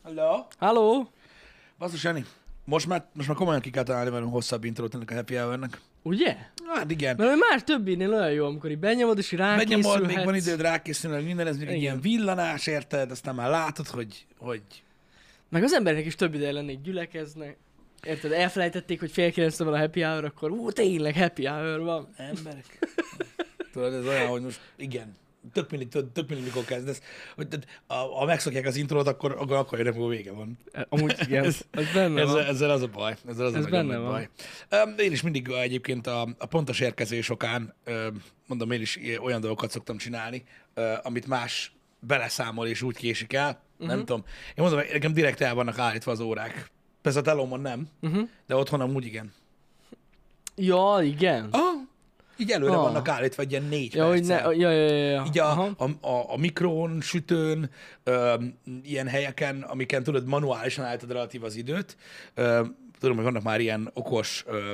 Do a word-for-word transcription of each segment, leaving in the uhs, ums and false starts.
Hello? Halló? Basszus, Jani, most már, most már komolyan ki kell találni velünk hosszabb intrót ennek a happy hour-nek. Ugye? Hát igen. Mert más többinél olyan jó, amikor így benyomod, és így rákészülhetsz. Benyomod, még van időd rákészülni, meg minden, ez még egy Igen. ilyen villanás, érted? Aztán már látod, hogy, hogy... Meg az embernek is több ideje lenni, gyülekeznek. Érted? Elfelejtették, hogy fél kilencre van a happy hour, akkor ú, tényleg happy hour van. Emberek. Tudod, ez olyan, hogy most igen. Tök mindig, tök, tök mindig, mikor kezdesz. Hogy, tehát, ha, ha megszokják az intrót, akkor, akkor, akkor jönnek, hogy vége van. Amúgy igen, Ez- ez benne Ezzel, van. ezzel az a baj. Ezzel az Ez a nagyon benne nagy van. baj. Öm, Én is mindig ö, egyébként a, a pontos érkezés okán, öm, mondom, én is i- olyan dolgokat szoktam csinálni, ö, amit más beleszámol és úgy késik el. Uh-huh. Nem tudom. Én mondom, nekem direkt el vannak állítva az órák. Persze a telómon nem, Uh-huh. de otthon amúgy igen. Ja, igen. Ah, így előre Ah. vannak állítva egy ilyen négy Ja, hogy ne, perccel. ja, ja, ja, ja. Így a, Aha. a, a, a mikron, sütőn, ö, ilyen helyeken, amiken tudod, manuálisan állítod relatív az időt. Ö, tudom, hogy vannak már ilyen okos ö,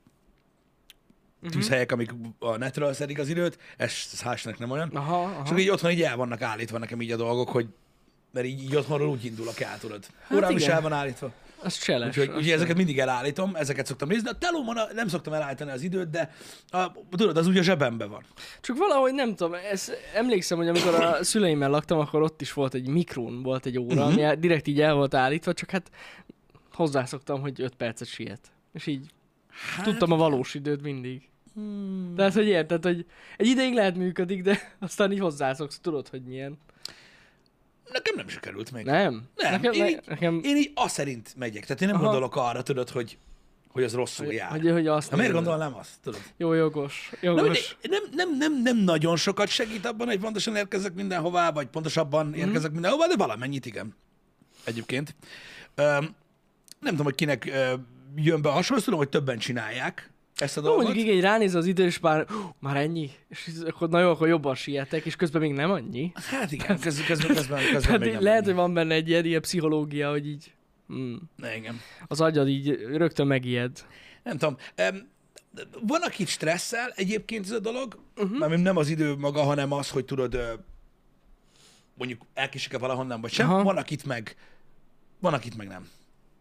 tűzhelyek, amik a netről szedik az időt, ez, ez hál' Istennek nem olyan. Aha, aha. Csak így otthon így el vannak állítva nekem így a dolgok, hogy mert így, így otthonról úgy indulok el, tudod. Órám is igen. el van állítva. Az cseles. Úgyhogy, az úgyhogy ezeket mindig elállítom, ezeket szoktam nézni. A telómon a- nem szoktam elállítani az időt, de a, tudod, az ugye a zsebemben van. Csak valahogy nem tudom, ez, emlékszem, hogy amikor a szüleimmel laktam, akkor ott is volt egy mikrón, volt egy óra, Mhm. ami direkt így el volt állítva, csak hát hozzászoktam, hogy öt percet siet. És így Hát, tudtam a valós időt mindig. Hmm. Tehát, hogy érted, hogy egy ideig lehet működik, de aztán így hozzászoksz, tudod, hogy milyen. Nekem nem sikerült még. Nem? Nem, Nekem, én, ne, így, nekem én így azt szerint megyek. Tehát én nem Aha. gondolok arra, tudod, hogy, hogy az rosszul hogy, jár. hogy, hogy azt Na miért nézed. gondolnám azt, tudod? Jó, jogos. Nem, Jogos. nem, nem, nem, nem nagyon sokat segít abban, hogy pontosan érkezzek mindenhová, vagy pontosabban Mhm. érkezzek mindenhová, de valamennyit igen. Egyébként. Öm, nem tudom, hogy kinek ö, jön be hasonló, azt tudom, hogy többen csinálják ezt a Jó, dolgot. mondjuk igen, így ránéz az idő, és már, hú, már ennyi. És így akkor na jó, akkor jobban sietek, és közben még nem annyi. Hát igen, közben, közben, közben, közben Tehát még így nem lehet, annyi. hogy van benne egy ilyen, ilyen pszichológia, hogy így mm, Ne, igen. az agyad így rögtön megijed. Nem tudom. Öm, van, akit stresszel egyébként ez a dolog, Mhm. uh-huh. mert nem az idő maga, hanem az, hogy tudod, ö, mondjuk elkésik-e valahonnan, vagy sem. Aha. Van, akit meg, van, akit meg nem.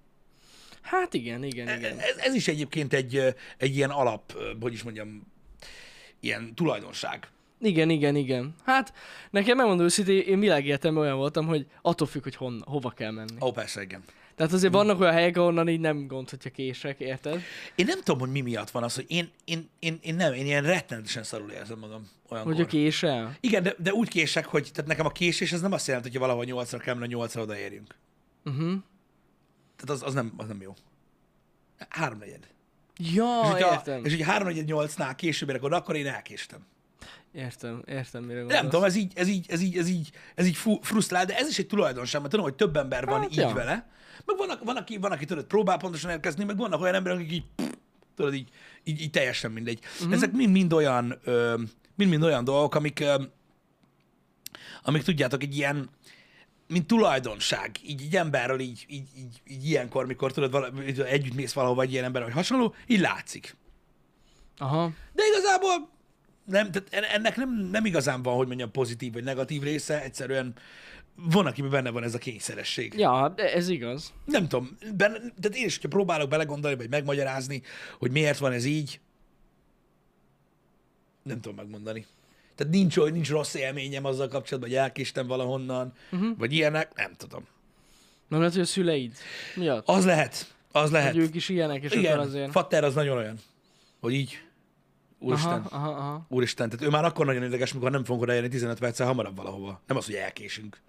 Hát igen, igen, igen. Ez, ez is egyébként egy, ö, egy ilyen alap, ö, hogy is mondjam, ilyen tulajdonság. Igen, igen, igen. Hát nekem megmondom őszintén, én világéletemben olyan voltam, hogy attól függ, hogy honna, hova kell menni. Ó, persze, igen. Tehát azért vannak olyan helyek, ahonnan így nem gond, hogyha kések, érted? Én nem tudom, hogy mi miatt van az, hogy én, én, én, én nem, én ilyen rettenetesen szarul érzem magam olyankor. Hogy a késel. Igen, de, de úgy kések, hogy tehát nekem a késés az nem azt jelenti, hogy valahol nyolcra kell, mert nyolcra odaérjünk. Uh-huh. Tehát az, az, nem, az nem jó. Háromnegyed. Ja, és, hogyha, értem. és hogy háromnegyed nyolcnál később ér, akkor, akkor én elkéstem. Értem, értem, mire Nem gondolsz. tudom, ez így, ez így, ez így, ez így, ez így fu- frusztrál, de ez is egy tulajdonság, mert tudom, hogy több ember van Hát, így ja. vele. Meg van, van, aki, van, aki tudod, próbál pontosan elkezdeni, meg vannak olyan emberek, akik így, pff, tudod, így, így, így teljesen mindegy. Mhm. Uh-huh. Ezek mind-mind olyan, ö, mind-mind olyan dolgok, amik, ö, amik tudjátok, egy ilyen, mint tulajdonság, így egy emberről így, így, így, így ilyenkor, mikor tudod, vala, együtt mész valahova egy ilyen ember, vagy hasonló, így látszik. Aha. De igazából nem, tehát en- ennek nem, nem igazán van, hogy mondjam, pozitív vagy negatív része, egyszerűen van, akiben benne van ez a kényszeresség. Ja, de ez igaz. Nem tudom, benne, tehát én is, hogyha próbálok belegondolni, vagy megmagyarázni, hogy miért van ez így, nem tudom megmondani. Tehát nincs olyan, nincs rossz élményem azzal kapcsolatban, hogy elkéstem valahonnan, uh-huh. vagy ilyenek, nem tudom. Nem lehet, hogy a szüleid miatt? Az lehet, az lehet. Hogy ők is ilyenek, és akkor Igen, azért... Fatter az nagyon olyan, hogy így, úristen. Aha, aha, aha. Úristen, tehát ő már akkor nagyon ideges, mikor nem fogunk odaérni tizenöt perccel hamarabb valahova. Nem az, hogy elkésünk.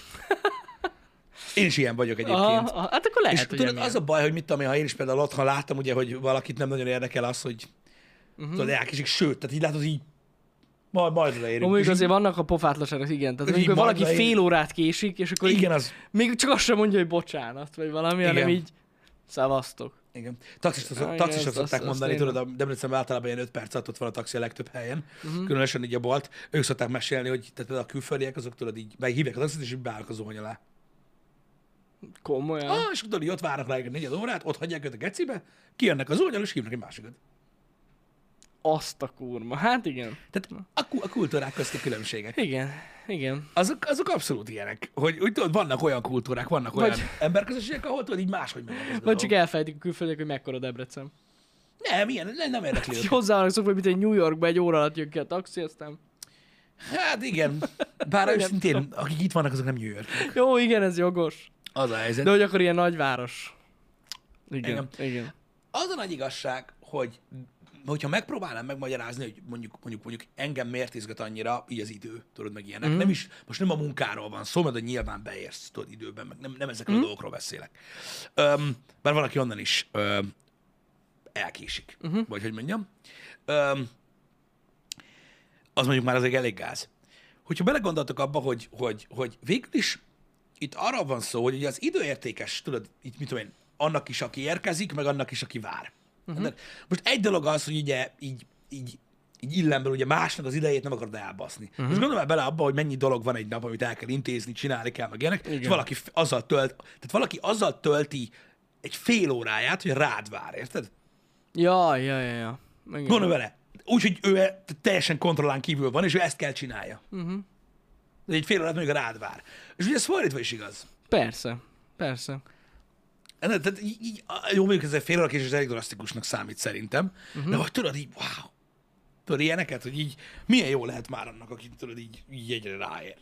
Én is ilyen vagyok egyébként. Aha, aha, hát akkor lehet, És hogy tudod, emiatt. az a baj, hogy mit tudom én, ha én is például otthon láttam, ugye, hogy valakit nem nagyon érdekel az, hogy uh-huh. tudod, elkésik, sőt, tehát így látod, így majd, majd odaérünk. Mondjuk És azért vannak a pofátlanságok, igen. Tehát így amikor valaki majd fél órát késik, és akkor így, így, igen, az, még csak azt sem mondja, hogy bocsánat, vagy valami, Igen. hanem így szavaztok. igen. Taxisok, Ah, igen, taxisok azt- szokták azt- mondani, azt tudod, a Debrecenben általában ilyen öt perc alatt ott van a taxi a legtöbb helyen, Mhm. uh-huh. különösen így a bolt. Ők szokták mesélni, hogy tehát például a külföldiek, azok tudod így, meghívják a taxit, és így beállnak a zuhany alá. Komolyan. Ah, és tudod, hogy ott várnak rá egy négy órát, ott hagyják őt a gecibe, kijönnek az zuhany alá, és hívnak egy másikat. Azt a kurma. Hát igen. Tehát a, ku- a kultúrák közti különbségek. Igen. Igen. Azok, azok abszolút ilyenek, hogy úgy tudod, vannak olyan kultúrák, vannak olyan Vagy- emberközösségek, ahol tudod, így máshogy meg. Vagy csak elfejtik a külföldiek, hogy mekkora Debrecen. Nem, ilyen, nem, nem érdekli Így őket. hozzá vannak szokva, mint egy New Yorkba egy óra alatt jön ki a taxi, aztán... Hát igen, bár Igen. őszintén, akik itt vannak, azok nem New York. Jó, igen, ez jogos. Az a helyzet. De hogy akkor ilyen nagyváros. Igen, Igen. igen. igen. Az a nagy igazság, hogy hogyha megpróbálnám megmagyarázni, hogy mondjuk, mondjuk, mondjuk engem miért izgat annyira, így az idő, tudod, meg ilyenek. Mhm. Nem is, most nem a munkáról van szó, mert hogy nyilván beérsz, tudod, időben, meg nem, nem ezekről Mhm. a dolgokról beszélek. Öm, bár van, aki onnan is öm, elkésik, Mhm. vagy hogy mondjam. Öm, az mondjuk már azért elég gáz. Hogyha belegondoltok abba, hogy, hogy, hogy végül is itt arra van szó, hogy ugye az időértékes, tudod, itt mit tudom én, annak is, aki érkezik, meg annak is, aki vár. Uh-huh. Most egy dolog az, hogy ugye így, így, így illemből ugye másnak az idejét nem akarod elbaszni. Uh-huh. Most gondolj bele abba, hogy mennyi dolog van egy nap, amit el kell intézni, csinálni kell, meg ilyenek, és valaki f- azzal tölt, tehát valaki azzal tölti egy fél óráját, hogy rád vár, érted? Ja, ja, ja, ja. Igen. Gondolj vele, úgyhogy ő e- teljesen kontrollán kívül van, és ő ezt kell csinálja. Uh-huh. De egy fél órát mondjuk rád vár. És ugye ez fordítva is igaz. Persze, persze. Ne, Tehát így, így, á, jó, mondjuk ez egy fél óra késés elég drasztikusnak számít szerintem, uh-huh. de hogy tudod így, wow, tudod ilyeneket, hogy így milyen jó lehet már annak, aki tudod így, így egyre ráér.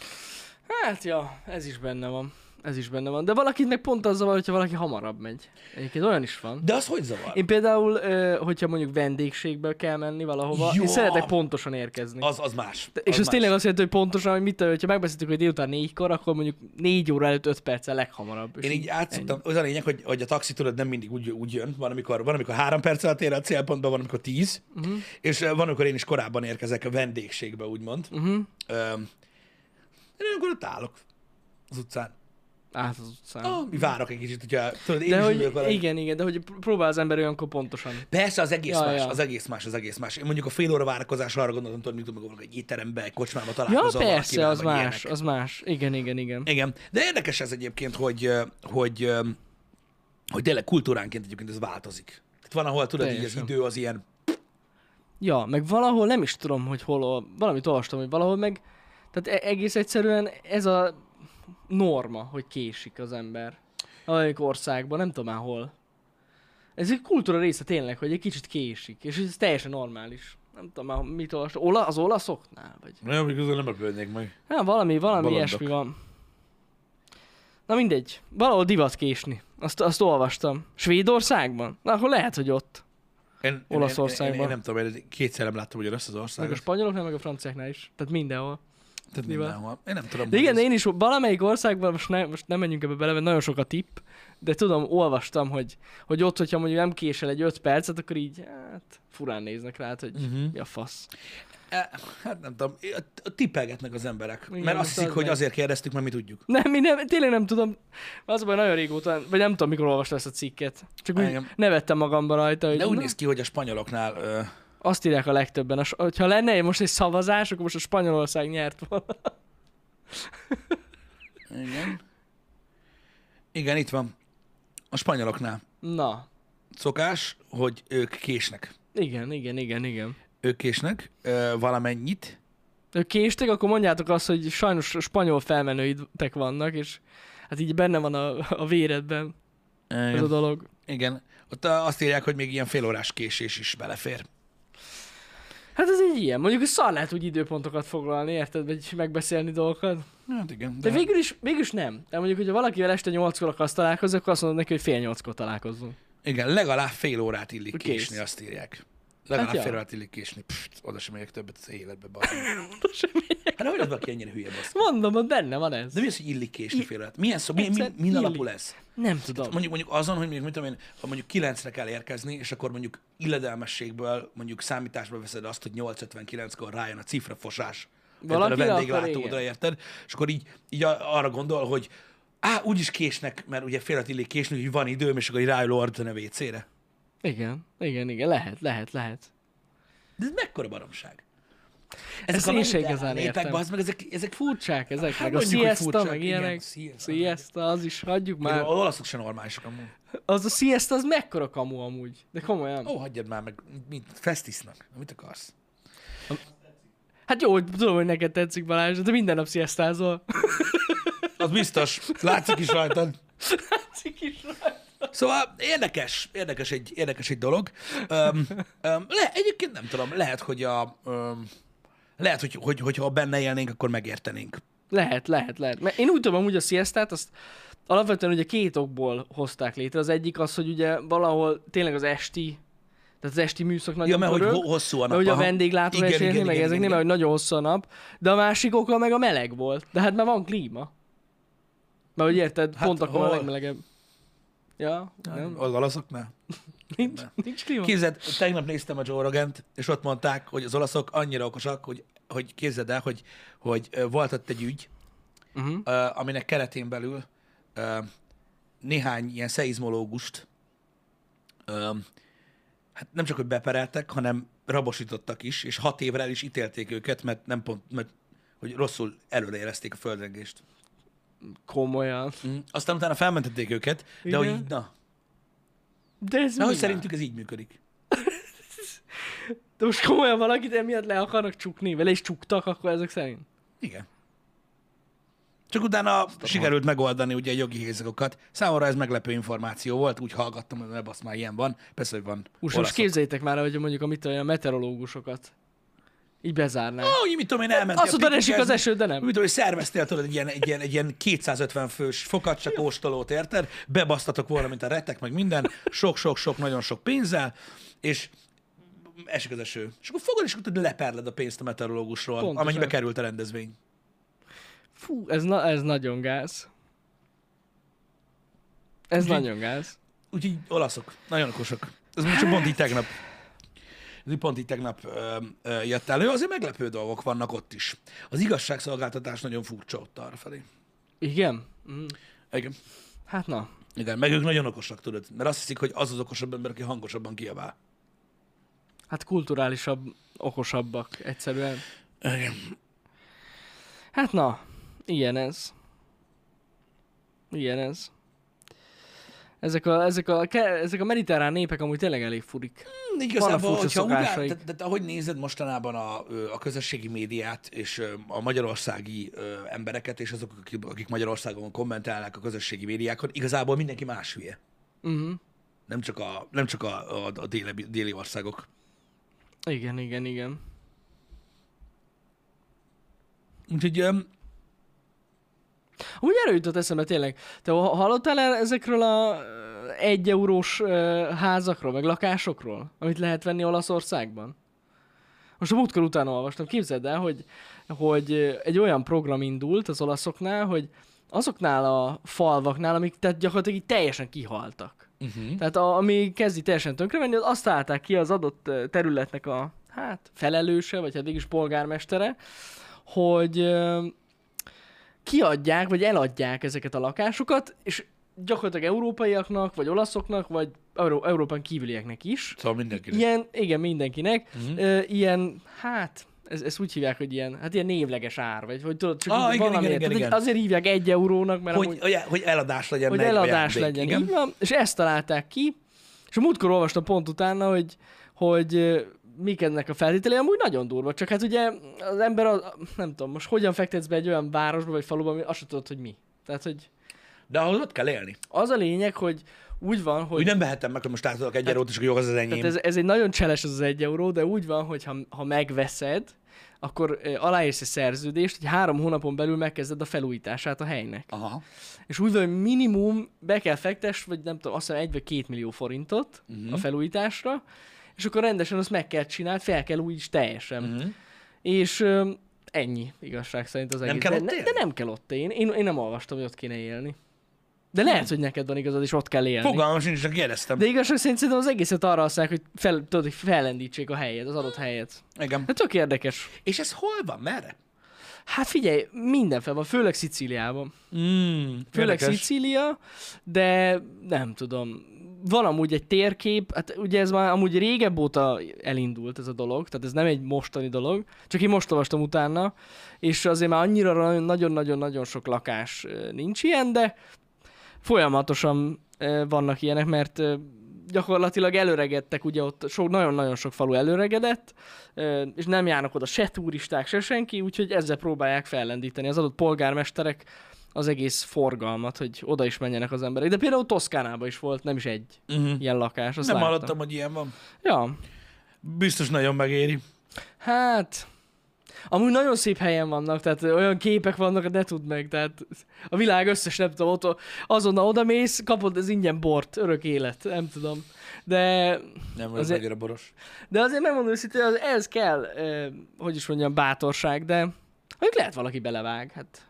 Hát ja, ez is benne van. Ez is benne van. De valakit meg pont az zavar, hogyha valaki hamarabb megy. Egyébként olyan is van. De az hogy zavar? Én például, ö, hogyha mondjuk vendégségbe kell menni valahova, Jó. én szeretek pontosan érkezni. Az, az más. De- és az az más. tényleg azt jelenti, hogy pontosan, hogy mit, hogyha megbeszéltük, hogy délután négykor, akkor mondjuk négy óra előtt öt perccel leghamarabb. És Én így átszoktam, az a lényeg, hogy, hogy a taxi tudod nem mindig úgy, úgy jön, van amikor, van, amikor három perc alatt ér a célpontba, van, amikor tíz, uh-huh. és eh, van, amikor én is korábban érkezek a vendégségbe, úgymond. Uh-huh. Um, én olyankor ott állok az utcán. Át az utcán. Ah, mi várok egy kicsit, hogyha tudod, én De is hogy, ülök vele. igen, igen, de hogy pr- próbál az ember olyankor pontosan. Persze, az egész Ja, más, ja. az egész más, az egész más. Én mondjuk a fél óra várakozásra arra gondoltam, tudod, mit tudom, egy étterembe, egy kocsmába Ja, találkozom persze, valakivel, az vagy más, ilyenek. az más. Igen, igen, igen. Igen, de érdekes ez egyébként, hogy, ö, hogy, ö, hogy tényleg kultúránként egyébként ez változik. Tehát van, ahol tudod, így az Teljesen. idő az ilyen, Ja, meg valahol nem is tudom, hogy hol, valamit olvastam, hogy valahol meg, tehát e- egész egyszerűen ez a norma, hogy késik az ember. Valamelyik országban, nem tudom már hol. Ez egy kultúra része tényleg, hogy egy kicsit késik, és ez teljesen normális. Nem tudom már, mit olvastam. Ola, az olaszoknál? Vagy? nem, hogy közül nem lepődnék meg. Hát valami, valami Bolondok. ilyesmi van. Na mindegy, valahol divat késni. Azt, azt olvastam. Svédországban? Na akkor lehet, hogy ott. Én, én, Olaszországban. Én, én, én, nem tudom, én kétszer nem láttam ugyanazt az Meg a országot. spanyoloknál, meg a franciáknál is. Tehát mindenhol. Tehát divat. mindenhol. Én nem tudom. De hogy igen, ez- én is valamelyik országban, most, ne, most nem menjünk ebbe bele, mert nagyon sok a tipp, de tudom, olvastam, hogy, hogy ott, hogyha mondjuk nem késel egy öt percet, akkor így, hát furán néznek rá, hogy Mhm. mi a fasz. E, Hát nem tudom, a- a tippelgetnek az emberek. Igen, mert azt most hiszik, az hogy meg. azért kérdeztük, mert mi tudjuk. Nem, mi nem, tényleg nem tudom. Az a baj, nagyon régóta, vagy nem tudom, mikor olvastam ezt a cikket. Csak úgy Igen. nevettem magamba rajta, hogy De úgy na, néz ki, hogy a spanyoloknál... Ö, azt írják a legtöbben. A, hogyha lenne most egy szavazás, akkor most a Spanyolország nyert volna. igen. Igen, itt van. A spanyoloknál Na, szokás, hogy ők késnek. igen, igen, igen, igen. Ők késnek ö, valamennyit. Ők késtek, akkor mondjátok azt, hogy sajnos spanyol felmenőitek vannak, és hát így benne van a, a véredben ez a Igen. dolog. Igen. Ott a- azt írják, hogy még ilyen félórás késés is belefér. Hát ez egy ilyen. Mondjuk, hogy szar lehet úgy időpontokat foglalni, érted? Vagy megbeszélni dolgokat. Hát igen. De végül is, végül is nem. De mondjuk, hogyha valakivel este nyolckor akarsz találkozni, akkor azt mondod neki, hogy fél nyolckor találkozzunk. Igen, legalább fél órát illik Kész. késni, azt írják. Legalább Hát ja. fél órát illik késni. Pst, oda sem megyek többet az életbe. basszus. Hát nem vagy valaki ennyire hülye, basz. Mondom, hogy benne van ez. De mi az, hogy illik késni fél órát? Milyen szó? Mi, mi, Egyszer min illik. alapul ez? Nem tudom. Mondjuk, mondjuk azon, hogy mondjuk, mit tudom én, ha mondjuk kilencre kell érkezni, és akkor mondjuk illedelmességből mondjuk számításba veszed azt, hogy nyolc ötvenkilenckor rájön a cifrafosás. Érted, a Valakire vendéglátódra, akkor érted? És akkor így, így a- arra gondol, hogy á, úgyis késnek, mert ugye fél órát illik késni, hogy van időm, és akkor így rájön ordítani a vécére. Igen, igen, igen. Lehet, lehet, lehet. De ez mekkora baromság? Ezt a én se mediterrán igazán népek, értem. bazd meg, ezek, ezek Furcsák ezek, Hát meg a mondjuk, hogy siesta, furcsák, meg igen, ilyenek. siesta. Siesta, az is, hagyjuk már. Az olaszok sem normálisak amúgy. Az a siesta, az mekkora kamu amúgy. De komolyan. Ó, hagyjad már meg, mit, fesztisznak. Mit akarsz? Hát jó, hogy tudom, hogy neked tetszik, Balázs, de minden nap siestázol. Az biztos. Látszik is rajtad. Látszik is rajta. Szóval érdekes, érdekes egy, érdekes egy dolog. Um, um, le, egyébként nem tudom, lehet, hogy a... Um, lehet, hogy, hogy, hogyha benne élnénk, akkor megértenénk. Lehet, lehet, lehet. Mert én úgy tudom, amúgy a siestát, azt alapvetően ugye két okból hozták létre. Az egyik az, hogy ugye valahol tényleg az esti, tehát az esti műszak nagyon Ja, mert hogy pörög, ho- hosszú a nap. mert ugye a aha. vendéglátóhelységnél, Igen, meg igen, ezeknél, igen, mert hogy nagyon hosszú a nap. De a másik oka meg a meleg volt. De hát már van klíma. Mert hogy érted, Hát pont akkor a hol? legmelegebb. Ja, nem? Az olaszoknál? Nincs, nincs klíma. Képzeld, tegnap néztem a Joe Rogant, és ott mondták, hogy az olaszok annyira okosak, hogy, hogy képzeld el, hogy, hogy ö, volt ott egy ügy, Uh-huh. ö, aminek keretén belül ö, néhány ilyen szeizmológust ö, hát nem csak, hogy bepereltek, hanem rabosítottak is, és hat évre el is ítélték őket, mert nem pont, mert hogy rosszul előrejelezték a földrengést. Komolyan. Mm. Aztán utána felmentették őket, de Igen. hogy így, na, De ez na hogy mi szerintük ez így működik. De most komolyan valakit emiatt le akarnak csukni, vele is csuktak akkor ezek szerint? Igen. Csak utána sikerült megoldani ugye a jogi hézagokat. Számomra ez meglepő információ volt, úgy hallgattam, hogy ebben azt már ilyen van. Persze, hogy van Most, most olaszok. képzeljétek már, hogy mondjuk a, mit, a meteorológusokat így bezárnák. Ó, úgy, mit tudom én, elmentél Azt mondod, esik az piknikezni, eső, de nem. Mit tudom, hogy szerveztél tudod, egy ilyen, egy ilyen, egy ilyen kétszázötven fős focaccia kóstolót, érted? Bebasztatok volna, mint a retek, meg minden, sok-sok-sok, nagyon sok pénzzel, és esik az eső. És akkor fogod, és akkor leperled a pénzt a meteorológusról, Pontosan. amennyibe került a rendezvény. Fú, ez, na, ez nagyon gáz. Ez Úgyhogy- nagyon gáz. Úgyhogy olaszok, nagyon okosak. Ez most csak pont így tegnap. Ez így pont így tegnap ö, ö, jött elő. Azért meglepő dolgok vannak ott is. Az igazságszolgáltatás nagyon furcsa ott arrafelé. Igen? Mm. Igen. Hát na. Igen, meg ők nagyon okosak, tudod. Mert azt hiszik, hogy az az okosabb ember, aki hangosabban kiabál. Hát kulturálisabb, okosabbak egyszerűen. Igen. Hát na, ilyen ez. Ilyen ez. Ezek a, ezek a, ke- ezek a mediterrán népek amúgy tényleg elég furik. Hm, Igazából, furcsa hogyha úgy lát, szokásaik. tehát, tehát, ahogy nézed mostanában a, ö, a közösségi médiát, és ö, a magyarországi ö, embereket, és azok, akik, akik Magyarországon kommentálnak a közösségi médiákon, igazából mindenki más hülye. Uh-huh. Nem csak a, nem csak a, a, a déli, déli országok. Igen, igen, igen. Úgyhogy öm, Úgy erről jutott eszembe tényleg. Te ha- hallottál el ezekről a ö, egy eurós ö, házakról, meg lakásokról, amit lehet venni Olaszországban? Most a múltkor utána olvastam. Képzeld el, hogy, hogy ö, egy olyan program indult az olaszoknál, hogy azoknál a falvaknál, amik tehát gyakorlatilag így teljesen kihaltak. uh-huh. Tehát a, ami kezdi teljesen tönkrevenni, az azt állták ki az adott ö, területnek a hát felelőse, vagy hát mégis polgármestere, hogy ö, kiadják, vagy eladják ezeket a lakásokat, és gyakorlatilag európaiaknak, vagy olaszoknak, vagy Euró- Európán kívülieknek is. Szóval mindenkinek. Ilyen, igen, mindenkinek. Mhm. Ö, ilyen, hát, ez, ezt úgy hívják, hogy ilyen, hát ilyen névleges ár, vagy hogy tudod, csak Ah, így igen, valamiért. igen, igen, Tehát igen. Azért hívják egy eurónak, mert Hogy, amúgy, hogy, hogy eladás legyen. hogy meg eladás ajándék. legyen. Igen. Így van, és ezt találták ki, és a múltkor olvastam pont utána, hogy, hogy ö, mik ennek a feltételei, amúgy nagyon durva, csak hát ugye az ember, az, nem tudom, most hogyan fektetsz be egy olyan városba vagy faluba, ami azt sem tudod, hogy mi. Tehát, hogy De ahhoz ott kell élni. az a lényeg, hogy úgy van, hogy... Úgy nem vehettem meg, hogy most átadok egy eurót, és akkor jó, az az enyém. Tehát ez, ez egy nagyon cseles az az egy euró, de úgy van, hogy ha, ha megveszed, akkor ö, aláírsz egy szerződést, hogy három hónapon belül megkezded a felújítását a helynek. Aha. És úgy van, hogy minimum be kell fektess, vagy nem tudom, azt hiszem egy vagy két millió forintot Mhm. a felújításra, és akkor rendesen azt meg kell csinálni, fel kell újítani teljesen. Uh-huh. És ö, ennyi igazság szerint az Nem egész. kell de, ott ne- élni? de nem kell ott élni. Én, én nem olvastam, hogy ott kéne élni. De lehet, hogy neked van igazad, és ott kell élni. Fogalmam sincs, csak kérdeztem. De igazság szerint szerintem az egészet arra használják, hogy, fel, tudod, hogy fellendítsék a helyet, az adott helyet. Igen. Hát tök érdekes. És ez hol van? Merre? Hát figyelj, mindenfel van, főleg Szicíliában. Mm, Főleg érdekes. Szicília, de nem tudom. van amúgy egy térkép, hát ugye ez már amúgy régebb óta elindult ez a dolog, tehát ez nem egy mostani dolog, csak én most olvastam utána, és azért már annyira nagyon-nagyon-nagyon sok lakás nincs ilyen, de folyamatosan vannak ilyenek, mert gyakorlatilag előregedtek, ugye ott sok, nagyon-nagyon sok falu előregedett, és nem járnak oda se turisták, se senki, úgyhogy ezzel próbálják fellendíteni az adott polgármesterek az egész forgalmat, hogy oda is menjenek az emberek. De például Toszkánában is volt, nem is egy uh-huh. ilyen lakás. Azt nem láttam. hallottam, hogy ilyen van. Ja. Biztos nagyon megéri. Hát... Amúgy nagyon szép helyen vannak, tehát olyan képek vannak, hogy ne tudd meg, tehát a világ összes, nem tudom, ott, azonnal odamész, kapod az ingyen bort, örök élet, nem tudom. De... Nem vagyok annyira boros. De azért megmondom őszintén, hogy ez kell, eh, hogy is mondjam, bátorság, de mondjuk lehet valaki belevág, hát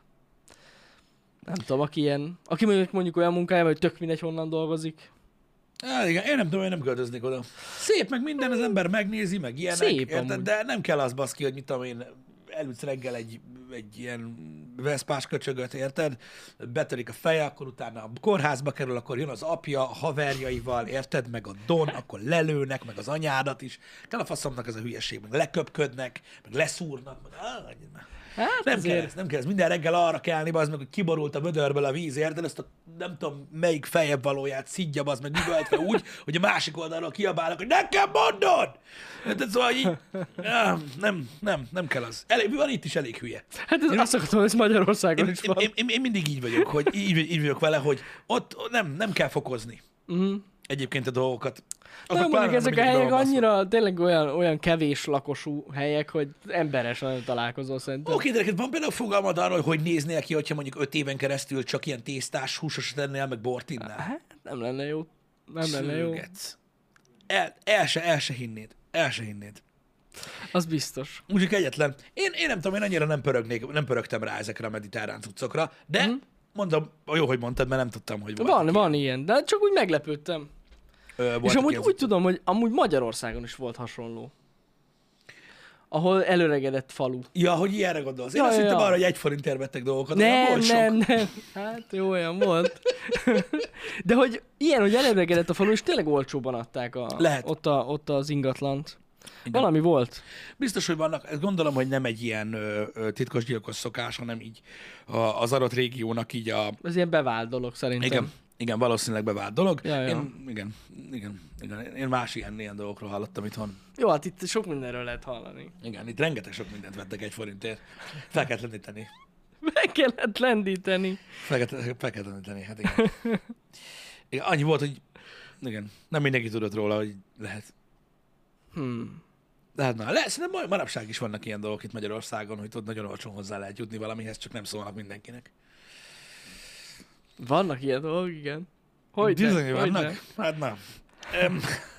nem tudom, aki ilyen, aki mondjuk, mondjuk olyan munkájában, hogy tök mindegy honnan dolgozik. Hát igen, én nem tudom, én nem költöznék oda. Szép, meg minden, az ember megnézi, meg ilyenek, Szép, érted? De nem kell az baszki, hogy mit tudom én, elütsz reggel egy, egy ilyen veszpás köcsögöt, érted? Betörik a feje, akkor utána a kórházba kerül, akkor jön az apja a haverjaival, érted? Meg a don, akkor lelőnek, meg az anyádat is. Kell a faszomnak ez a hülyeség, meg leköpködnek, meg leszúrnak, meg... Hát nem azért... kell ez, nem kell ez. Minden reggel arra kelni, bazd meg, hogy kiborult a vödörből a víz, érted? Ezt a nem tudom melyik fejebb valóját szidja, bazd meg, üvöltve úgy, hogy a másik oldalról kiabálnak, hogy nekem mondod! Tehát szóval így, nem, nem, nem, nem kell az. Elég, van itt is elég hülye. Hát ez azt akartam, hogy ez Magyarországon Én, is van. én, én, én mindig így vagyok, hogy így, így vagyok vele, hogy ott nem, nem kell fokozni. Uh-huh. Egyébként a dolgokat. Nem, mondjuk ezek a helyek annyira tényleg olyan, olyan kevés lakosú helyek, hogy emberes nagyon találkozol szerintem. Oké, de neked van például fogalmad arról, hogy néznél ki, hogyha mondjuk öt éven keresztül csak ilyen tésztás, húsos ennél, meg bort innál? Hát nem lenne jó. Nem lenne jó. El, el, se, el se hinnéd. El se hinnéd. Az biztos. Úgyhogy egyetlen. Én, én nem tudom, én annyira nem, pörögnék, nem pörögtem rá ezekre a mediterrán cuccokra, de mm. mondom, jó, hogy mondtad, mert nem tudtam, hogy volt. Van, van ilyen, de csak úgy meglepődtem. Ö, és amúgy úgy tudom, hogy amúgy Magyarországon is volt hasonló. Ahol előregedett falu. Ja, hogy ilyenre gondolsz. Én ja, azt ja, hittem ja. arra, hogy egy forintért vettek dolgokat. Nem, nem, nem. Hát jó, olyan volt. De hogy ilyen, hogy előregedett a falu, és tényleg olcsóban adták a, Lehet. Ott, a, ott az ingatlant. Igen. Valami volt. Biztos, hogy vannak, ezt gondolom, hogy nem egy ilyen ö, ö, titkos gyilkos szokás, hanem így a, az adott régiónak így a... Ez ilyen bevált dolog szerintem. Igen, igen, valószínűleg bevált dolog. Ja, ja. Én, igen, igen, igen, én más ilyen, ilyen dolgokról hallottam itthon. Jó, hát itt sok mindenről lehet hallani. Igen, itt rengeteg sok mindent vettek egy forintért. Fel kellett lendíteni. Meg kellett lendíteni. Fel kellett, fel kellett lendíteni, hát igen. igen. Annyi volt, hogy igen, nem mindenki tudott róla, hogy lehet. Hmm. De hát na, lesz, szerintem manapság is vannak ilyen dolgok itt Magyarországon, hogy tudod, nagyon olcsón hozzá lehet jutni valamihez, csak nem szólnak mindenkinek. Vannak ilyen dolgok, igen. Hogy Bizony, ne, vannak? hogy Hát nem. Um,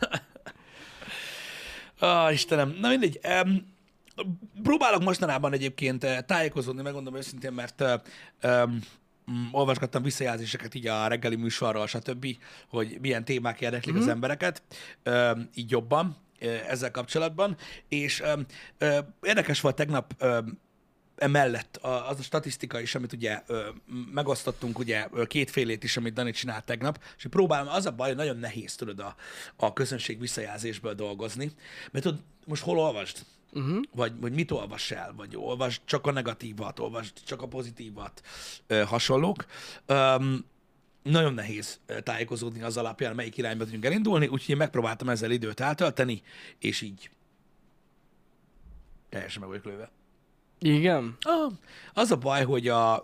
ah, Istenem, na mindegy. Um, próbálok mostanában egyébként tájékozódni, megmondom őszintén, mert um, um, olvasgattam visszajelzéseket így a reggeli műsorral, stb., hogy milyen témák érdeklik mm-hmm. az embereket, um, így jobban ezzel kapcsolatban, és um, uh, érdekes volt tegnap um, emellett az a statisztika is, amit ugye ö, megosztottunk, ugye kétfélét is, amit Dani csinált tegnap, és próbálom, az a baj, hogy nagyon nehéz tudod a, a közönség visszajelzésből dolgozni, mert tudod, most hol olvasd? Uh-huh. Vagy, vagy mit olvass el? Vagy olvasd csak a negatívat, olvasd csak a pozitívat, ö, hasonlók. Öm, nagyon nehéz tájékozódni az alapján, melyik irányba tudjunk elindulni, úgyhogy én megpróbáltam ezzel időt eltölteni, és így teljesen meg vagyok lőve. Igen. Ah, az a baj, hogy a,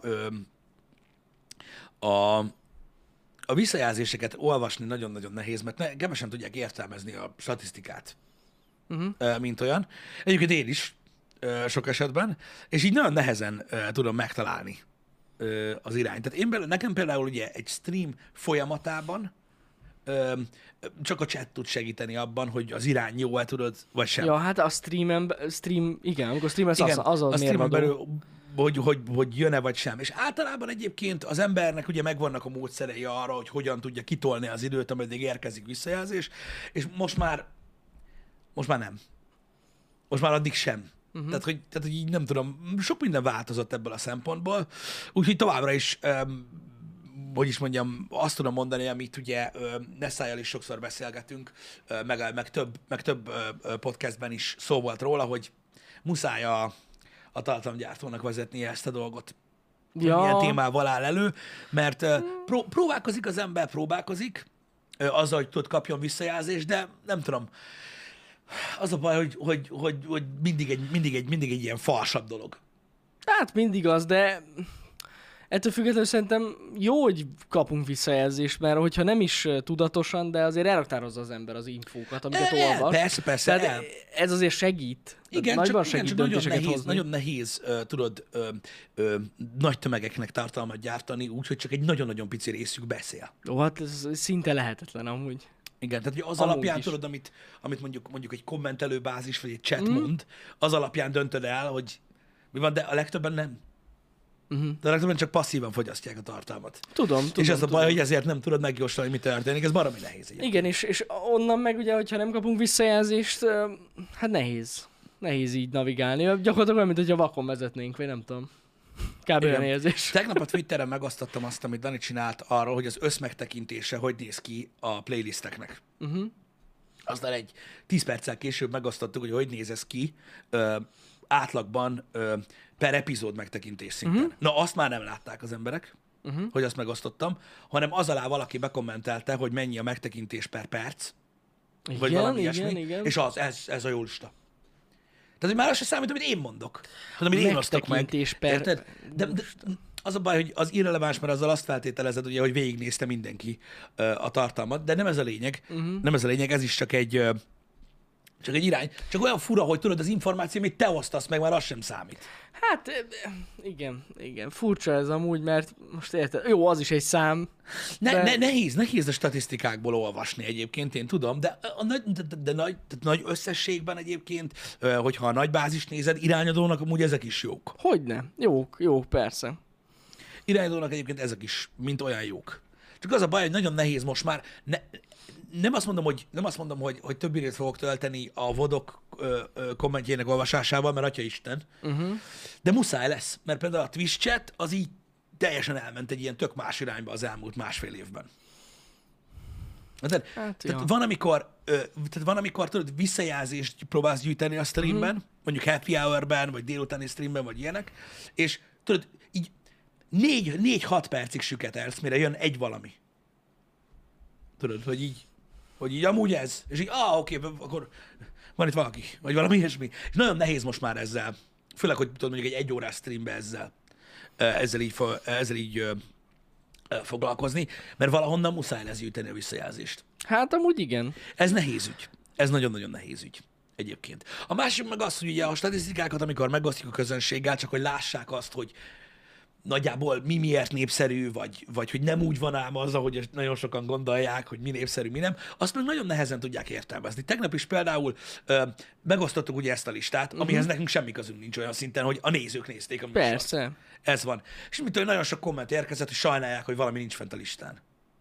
a, a visszajelzéseket olvasni nagyon-nagyon nehéz, mert ne, kevesen tudják értelmezni a statisztikát, uh-huh. mint olyan. Egyébként én is sok esetben, és így nagyon nehezen tudom megtalálni az irányt. Tehát én, nekem például ugye egy stream folyamatában csak a chat tud segíteni abban, hogy az irány jó-e tudod, vagy sem. Ja, hát a streamen, stream, igen, amikor streamelsz, igen, az, az a, a streamen belül, hogy, hogy, hogy jön-e vagy sem. És általában egyébként az embernek ugye megvannak a módszerei arra, hogy hogyan tudja kitolni az időt, ameddig érkezik visszajelzés, és most már, most már nem. Most már addig sem. Uh-huh. Tehát, hogy, tehát, hogy így nem tudom, sok minden változott ebből a szempontból, úgyhogy továbbra is um, hogy is mondjam, azt tudom mondani, amit ugye Nessájjal is sokszor beszélgetünk, ö, meg, meg több, meg több ö, podcastben is szó volt róla, hogy muszáj a, a tartalomgyártónak vezetnie ezt a dolgot. Ja. Milyen témával áll elő, mert ö, pró- próbálkozik az ember, próbálkozik, ö, azzal, hogy tud kapjon visszajelzést, de nem tudom, az a baj, hogy, hogy, hogy, hogy mindig, egy, mindig, egy, mindig egy ilyen falsabb dolog. Hát mindig az, de ettől függetlenül szerintem jó, hogy kapunk visszajelzést, mert hogyha nem is tudatosan, de azért elraktározza az ember az infókat, amiket E, olvas. persze, persze. Tehát ez azért segít. Igen, nagyban csak, segít igen, csak nagyon döntéseket nehéz, hozni. nagyon nehéz uh, tudod, uh, uh, nagy tömegeknek tartalmat gyártani, úgyhogy csak egy nagyon-nagyon pici részük beszél. Ó, hát ez szinte lehetetlen amúgy. Igen, tehát ugye az Amúgy alapján is. tudod, amit, amit mondjuk, mondjuk egy kommentelőbázis, vagy egy chat mm. mond, az alapján döntöd el, hogy mi van, de a legtöbben nem. Uh-huh. De a legtöbben csak passzívan fogyasztják a tartalmat. Tudom, tudom. És az a tudom. baj, hogy ezért nem tudod megjósolni, mi történik, ez baromi nehéz egyébként. Igen, és, és onnan meg ugye, hogyha nem kapunk visszajelzést, ö, hát nehéz. Nehéz így navigálni. Gyakorlatilag olyan, mint hogyha vakon vezetnénk, vagy nem tudom. Kb. Olyan érzés. Tegnap a Twitteren megosztottam azt, amit Dani csinált arról, hogy az összmegtekintése hogy néz ki a playlisteknek. Uh-huh. Aztán egy tíz perccel később megosztottuk, hogy hogy néz ez ki ö, átlagban ö, per epizód megtekintés szinten. Uh-huh. Na, azt már nem látták az emberek, uh-huh. hogy azt megosztottam, hanem az alá valaki bekommentelte, hogy mennyi a megtekintés per perc, Igen, vagy valami igen, ilyesmi, igen. és az, ez, ez a jó lista. Tehát, hogy már az se számít, amit én mondok. Tehát, amit én osztok meg. Megtekintés per... Érted? De, de, az a baj, hogy az irreleváns, mert azzal azt feltételezed, ugye, hogy végignézte mindenki uh, a tartalmat, de nem ez a lényeg. Uh-huh. Nem ez a lényeg, ez is csak egy, uh, csak egy irány. Csak olyan fura, hogy tudod, az információ, amit te osztasz meg, már az sem számít. Hát igen, igen. Furcsa ez amúgy, mert most érted, jó, az is egy szám. Ne, de... ne, nehéz, nehéz a statisztikákból olvasni egyébként, én tudom, de a nagy, de, de, de nagy, de nagy összességben egyébként, hogyha a nagy bázist nézed, irányadónak amúgy ezek is jók. Hogyne? Jók, jók, persze. Irányadónak egyébként ezek is, mint olyan jók. Csak az a baj, hogy nagyon nehéz most már, ne, nem azt mondom, hogy, nem azt mondom, hogy, hogy több időt fogok tölteni a vodok ö, ö, kommentjének olvasásával, mert atya Isten, uh-huh. de muszáj lesz, mert például a Twitch chat az így teljesen elment egy ilyen tök más irányba az elmúlt másfél évben. Tehát, hát, tehát ja. van, amikor, ö, tehát van, amikor tudod, visszajelzést próbálsz gyűjteni a streamben, uh-huh. mondjuk happy hour-ben, vagy délutáni streamben, vagy ilyenek, és tudod, így négy, négy-hat percig süketelsz, mire jön egy valami. Tudod, hogy így, hogy így amúgy ez, és így, ah, oké, akkor van itt valaki, vagy valami ilyesmi. És nagyon nehéz most már ezzel, főleg, hogy tudod, mondjuk egy egy órás streambe ezzel, ezzel így, ezzel így foglalkozni, mert valahonnan muszáj lesz gyűjteni a visszajelzést. Hát amúgy igen. Ez nehéz ügy. Ez nagyon-nagyon nehéz ügy egyébként. A másik meg az, hogy ugye a statisztikákat, amikor megosztjuk a közönséggel, csak hogy lássák azt, hogy nagyjából mi miért népszerű, vagy, vagy hogy nem úgy van ám az, ahogy nagyon sokan gondolják, hogy mi népszerű, mi nem, azt meg nagyon nehezen tudják értelmezni. Tegnap is például ö, megosztottuk ugye ezt a listát, uh-huh. amihez nekünk semmi közünk nincs olyan szinten, hogy a nézők nézték a műsort. Persze. Ez van. És mitől nagyon sok komment érkezett, hogy sajnálják, hogy valami nincs fent a listán.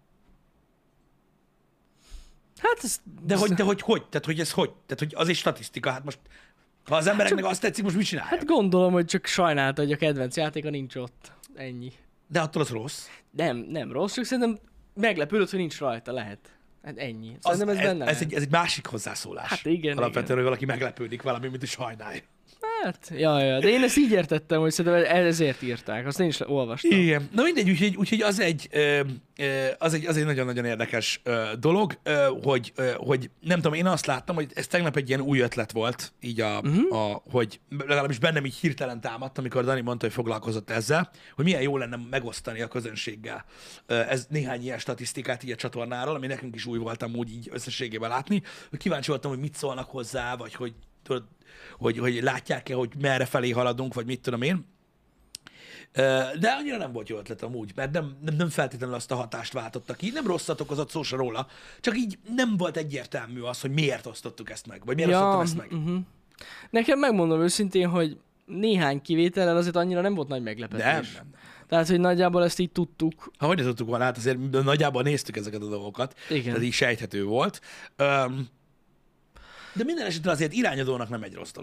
Hát ez... De hogy, de hogy, hogy? Tehát, hogy ez hogy? Tehát, hogy az egy statisztika, hát most ha az embereknek azt tetszik, most mit csinálják? Hát gondolom, hogy csak sajnálta, hogy a kedvenc játéka nincs ott. Ennyi. De attól az rossz. Nem, nem rossz, csak szerintem meglepődött, hogy nincs rajta, lehet. Hát ennyi. Az, Szerintem ez, ez, benne ez, egy, ez egy másik hozzászólás. Hát igen, alapvetően, igen. hogy valaki meglepődik valami, mint hogy sajnálja. Hát, ja, ja, de én ezt így értettem, hogy szerintem ezért írták, azt én is olvastam. Igen. Na mindegy, úgyhogy, úgyhogy az, egy, ö, ö, az, egy, az egy nagyon-nagyon érdekes ö, dolog, ö, hogy, ö, hogy nem tudom, én azt láttam, hogy ez tegnap egy ilyen új ötlet volt, így a, uh-huh. a hogy legalábbis bennem így hirtelen támadt, amikor Dani mondta, hogy foglalkozott ezzel, hogy milyen jó lenne megosztani a közönséggel ö, ez néhány ilyen statisztikát így a csatornáról, ami nekünk is új voltam úgy így összességében látni, hogy kíváncsi voltam, hogy mit szólnak hozzá, vagy hogy tudod, hogy, hogy látják-e, hogy merre felé haladunk, vagy mit tudom én. De annyira nem volt jó ötlet amúgy, mert nem, nem, nem feltétlenül azt a hatást váltotta ki. Nem rosszat okozott szó se róla, csak így nem volt egyértelmű az, hogy miért osztottuk ezt meg, vagy miért ja, osztottam ezt meg. Uh-huh. Nekem megmondom őszintén, hogy néhány kivétellel azért annyira nem volt nagy meglepetés. Nem, nem, nem. Tehát, hogy nagyjából ezt így tudtuk. Ha hogy ne tudtuk volna, hát azért nagyjából néztük ezeket a dolgokat. Igen. Ez így sejthető volt. Um, De minden esetre azért irányadónak nem egy rossz dolog.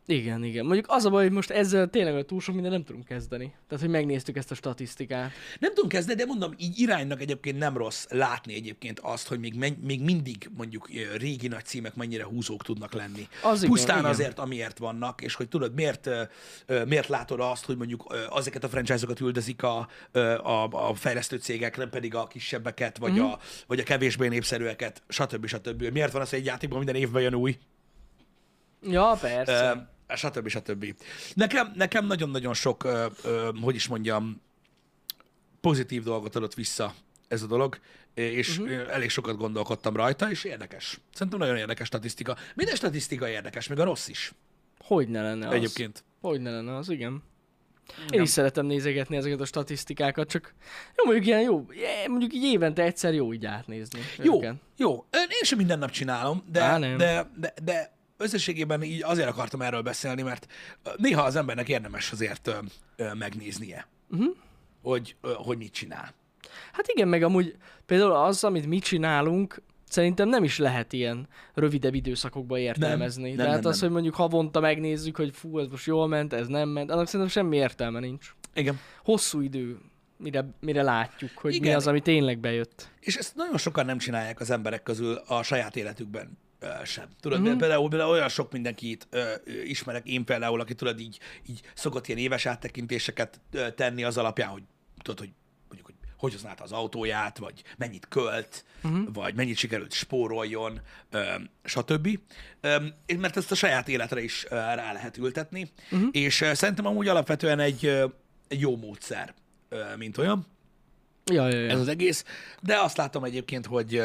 Igen, igen. Mondjuk az a baj, hogy most ezzel tényleg a túl sok minden nem tudunk kezdeni. Tehát, hogy megnéztük ezt a statisztikát. Nem tudom kezdeni, de mondom, így iránynak egyébként nem rossz látni egyébként azt, hogy még, men- még mindig mondjuk ö, régi nagy címek mennyire húzók tudnak lenni. Az igen, Pusztán igen. azért, amiért vannak, és hogy tudod, miért, ö, ö, miért látod azt, hogy mondjuk ö, ezeket a franchise-okat üldözik a, ö, a, a fejlesztő cégek, nem pedig a kisebbeket, vagy, Mhm. a, vagy a kevésbé népszerűeket, stb. stb. Miért van az, hogy egy játékban minden évben jön új? Ja, persze. Ö, stb. stb. Nekem, nekem nagyon-nagyon sok, ö, ö, hogy is mondjam, pozitív dolgot adott vissza ez a dolog, és uh-huh. elég sokat gondolkodtam rajta, és érdekes. Szerintem nagyon érdekes statisztika. Minden statisztika érdekes, még a rossz is. Hogy ne lenne az? Egyébként. Hogy ne lenne az, igen. Én Igen. is szeretem nézegetni ezeket a statisztikákat, csak jó, mondjuk ilyen jó, mondjuk így évente egyszer jó így átnézni. Jó, őket. jó. Én sem minden nap csinálom, de, Á, nem. de, de, de összességében így azért akartam erről beszélni, mert néha az embernek érdemes azért ö, ö, megnéznie, Uh-huh. hogy, ö, hogy mit csinál. Hát igen, meg amúgy például az, amit mi csinálunk, szerintem nem is lehet ilyen rövidebb időszakokban értelmezni. Nem, De nem, hát nem, az, nem. hogy mondjuk havonta megnézzük, hogy fú, ez most jól ment, ez nem ment, annak szerintem semmi értelme nincs. Igen. Hosszú idő, mire, mire látjuk, hogy Igen. mi az, ami tényleg bejött. És ezt nagyon sokan nem csinálják az emberek közül a saját életükben ö, sem. Tudod, Mhm. uh-huh. például, például olyan sok mindenkit ö, ö, ismerek én például, aki tudod így, így szokott ilyen éves áttekintéseket ö, tenni az alapján, hogy tudod, hogy mondjuk, hogy hogy használta az autóját, vagy mennyit költ, uh-huh. vagy mennyit sikerült spóroljon, ö, stb. Ö, és mert ezt a saját életre is ö, rá lehet ültetni, uh-huh. és ö, szerintem amúgy alapvetően egy, ö, egy jó módszer, ö, mint olyan. Ja, ja, ja. Ez az egész, de azt látom egyébként, hogy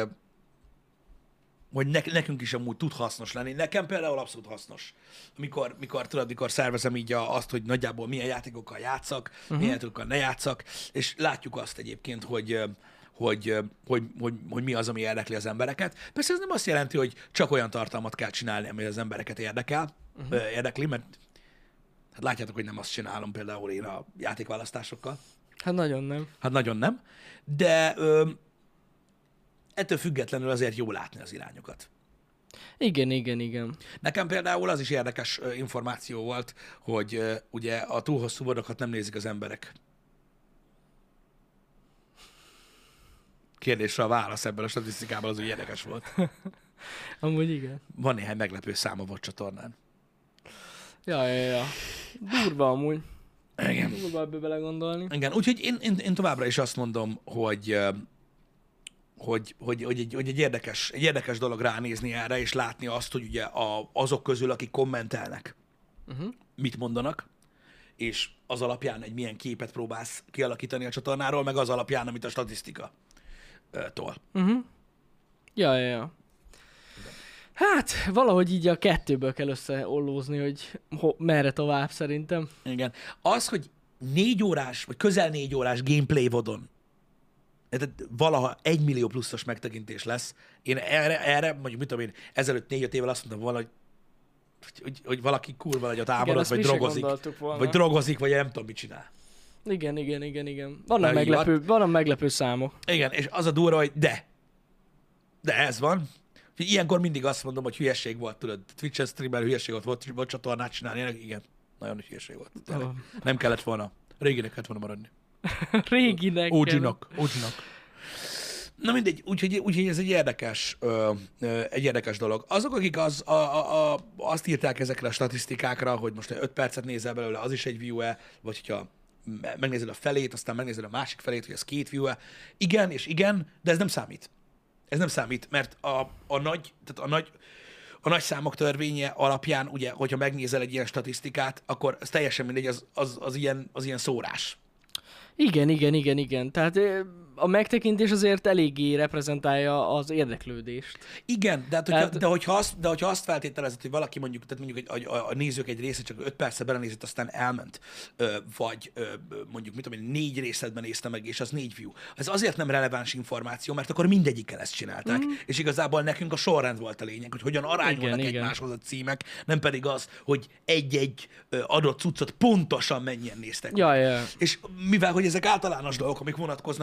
hogy ne, nekünk is amúgy tud hasznos lenni. Nekem például abszolút hasznos. Amikor, mikor tudod, mikor szervezem így a, azt, hogy nagyjából milyen játékokkal játszak, uh-huh. milyen játékokkal ne játszak, és látjuk azt egyébként, hogy, hogy, hogy, hogy, hogy mi az, ami érdekli az embereket. Persze ez nem azt jelenti, hogy csak olyan tartalmat kell csinálni, ami az embereket érdekel, uh-huh. érdekli, mert hát látjátok, hogy nem azt csinálom például én a játékválasztásokkal. Hát nagyon nem. Hát nagyon nem, de ö, ettől függetlenül azért jó látni az irányokat. Igen, igen, igen. Nekem például az is érdekes ö, információ volt, hogy ö, ugye a túl hosszú vodokat nem nézik az emberek. Kérdésre a válasz ebből a statisztikában az úgy érdekes volt. Amúgy igen. Van néhány meglepő szám a VOD csatornán. Ja, ja, ja. Durva amúgy. Igen. Durva ebbe belegondolni. Igen, úgyhogy én, én, én továbbra is azt mondom, hogy, ö, hogy, hogy, hogy, egy, hogy egy, érdekes, egy érdekes dolog ránézni erre, és látni azt, hogy ugye a, azok közül, akik kommentelnek, Uh-huh. mit mondanak, és az alapján egy milyen képet próbálsz kialakítani a csatornáról, meg az alapján, amit a statisztika ö, tol. Uh-huh. Ja, ja, ja. Hát, valahogy így a kettőből kell összeollózni, hogy ho- merre tovább szerintem. Igen. Az, hogy négy órás, vagy közel négy órás gameplay vodon, tehát valaha egy millió pluszos megtekintés lesz, én erre, erre mondjuk, mit tudom én, ezelőtt négy-öt évvel azt mondtam volna, hogy, hogy, hogy valaki kurva nagyot álmodott, ezt vagy mi se drogozik, gondoltuk volna. vagy drogozik, vagy nem tudom, mit csinál. Igen, igen, igen, igen. Vannak, Na, így meglepő, vannak meglepő számok. Igen, és az a durva, hogy de. De ez van. Úgyhogy ilyenkor mindig azt mondom, hogy hülyeség volt, tudod, Twitch-en streamer hülyeség volt, volt, volt csatornát csinálni, ennek igen, nagyon hülyeség volt. Tényleg. Oh. Nem kellett volna. Réginek kellett volna maradni. Réginek. ó gé-nak. ó gé-nak. Na mindegy, úgyhogy, úgyhogy ez egy érdekes, ö, ö, egy érdekes dolog. Azok, akik az, a, a, a, azt írták ezekre a statisztikákra, hogy most öt percet nézel belőle, az is egy view-e, vagy hogyha me- megnézed a felét, aztán megnézed a másik felét, hogy az két view-e. Igen és igen, de ez nem számít. Ez nem számít, mert a, a nagy, tehát a nagy, a nagy számok törvénye alapján, ugye, hogyha megnézel egy ilyen statisztikát, akkor ez teljesen mindegy, az, az, az, ilyen, az ilyen szórás. Igen, igen, igen, igen. Tehát ö, a megtekintés azért eléggé reprezentálja az érdeklődést. Igen, de, hát, hogyha, Tehát- de, hogyha azt, de hogyha azt feltételezed, hogy valaki mondjuk, tehát mondjuk egy, a, a nézők egy része csak öt percre belenézett, aztán elment, ö, vagy ö, mondjuk, mit tudom én, négy részletben nézte meg, és az négy view. Ez azért nem releváns információ, mert akkor mindegyikkel ezt csinálták, mm. és igazából nekünk a sorrend volt a lényeg, hogy hogyan arányolnak Igen, igen. egymáshoz a címek, nem pedig az, hogy egy-egy ö, adott cuccot pontosan mennyien néztek. Ja, ja. És mivel, hogy ezek általános dolgok, amik vonatkoznak ugye az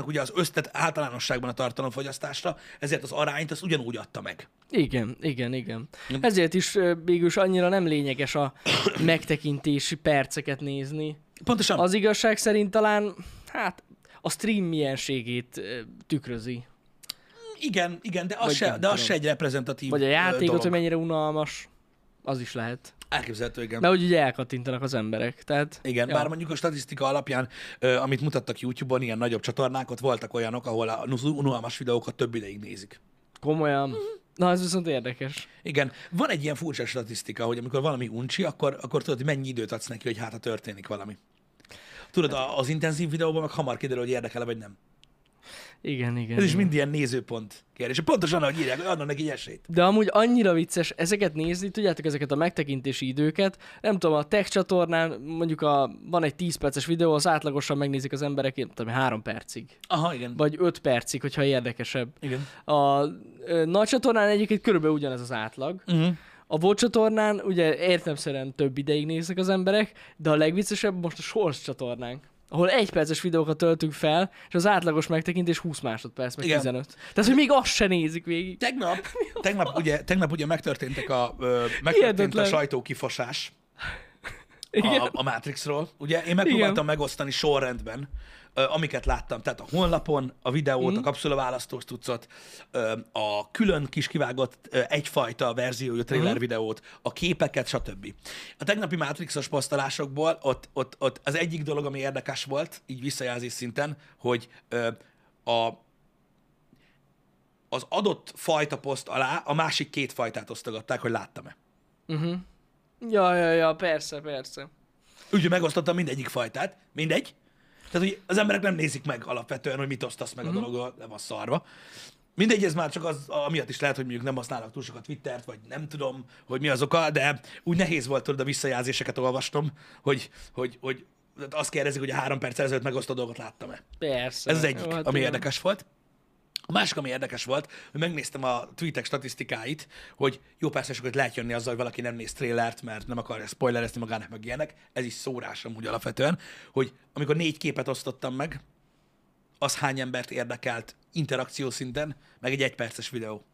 összetett általánosságban a tartalomfogyasztásra, ezért az arányt azt ugyanúgy adta meg. Igen, igen, igen. Ezért is ö, végülis annyira nem lényeges a megtekintési perceket nézni. Pontosan. Az igazság szerint talán, hát, a stream mienségét ö, tükrözi. Igen, igen, de az, Vagy se, nem de az tudom. se egy reprezentatív Vagy a ö, játékot, dolog. hogy mennyire unalmas, az is lehet. Elképzelhető, igen. Mert úgy ugye elkattintanak az emberek, tehát... Igen, ja. bár mondjuk a statisztika alapján, ö, amit mutattak YouTube-on, ilyen nagyobb csatornák, ott voltak olyanok, ahol a unalmas videókat több ideig nézik. Komolyan. Na, ez viszont érdekes. Igen, van egy ilyen furcsa statisztika, hogy amikor valami uncsi, akkor, akkor tudod, hogy mennyi időt adsz neki, hogy hát ha történik valami. Tudod, a- az intenzív videóban meg hamar kiderül, hogy érdekel vagy nem. Igen, igen. Ez is igen. mind ilyen nézőpont kérdés. Pontosan, ahogy írják, hogy adnak neki esélyt. De amúgy annyira vicces ezeket nézni, tudjátok, ezeket a megtekintési időket. Nem tudom, a tech csatornán mondjuk a, van egy tíz perces videó, az átlagosan megnézik az emberek, nem tudom, három percig. Aha, igen. Vagy öt percig, hogyha érdekesebb. Igen. A ö, nagy csatornán egyébként körülbelül ugyanez az átlag. Uh-huh. A VOD csatornán ugye értelemszerűen több ideig néznek az emberek, de a legviccesebb most a Shorts csatornánk, ahol egy perces videókat töltünk fel, és az átlagos megtekintés húsz másodperc, meg Igen. tizenöt. Tehát, hogy még azt se nézik végig. Tegnap, tegnap, ugye, tegnap ugye megtörténtek a, ö, megtörtént Hihetetlen. a sajtókifosás Igen. a, a Matrixról. Ugye én megpróbáltam megosztani sorrendben, ö, amiket láttam. Tehát a honlapon, a videót, mm. a kapszulaválasztós cuccot, ö, a külön kis kivágott ö, egyfajta verziójú trailer Mm. videót, a képeket, stb. A tegnapi Matrixos posztolásokból ott, ott, ott az egyik dolog, ami érdekes volt, így visszajelzés szinten, hogy ö, a az adott fajta poszt alá a másik két fajtát osztogatták, hogy láttam-e. Uh-huh. Ja, ja, ja, persze, persze. Úgyhogy megosztottam mindegyik fajtát, mindegy. Tehát, hogy az emberek nem nézik meg alapvetően, hogy mit osztasz meg uh-huh. a dologról, nem a szarva. Mindegy, ez már csak az, amiatt is lehet, hogy mondjuk nem használnak túl sokat Twittert, vagy nem tudom, hogy mi az oka, de úgy nehéz volt tudod a visszajelzéseket olvasnom, hogy, hogy, hogy azt kérdezik, hogy a három perc ezelőtt megosztott dolgot láttam-e. Persze. Ez az egyik, Jó, hát ami igen. érdekes volt. A másik, ami érdekes volt, hogy megnéztem a tweetek statisztikáit, hogy jó, persze sokat lehet jönni azzal, hogy valaki nem néz trailert, mert nem akarja spoilerezni magának, meg ilyenek. Ez is szórás amúgy alapvetően, hogy amikor négy képet osztottam meg, az hány embert érdekelt interakció szinten, meg egy egyperces videó.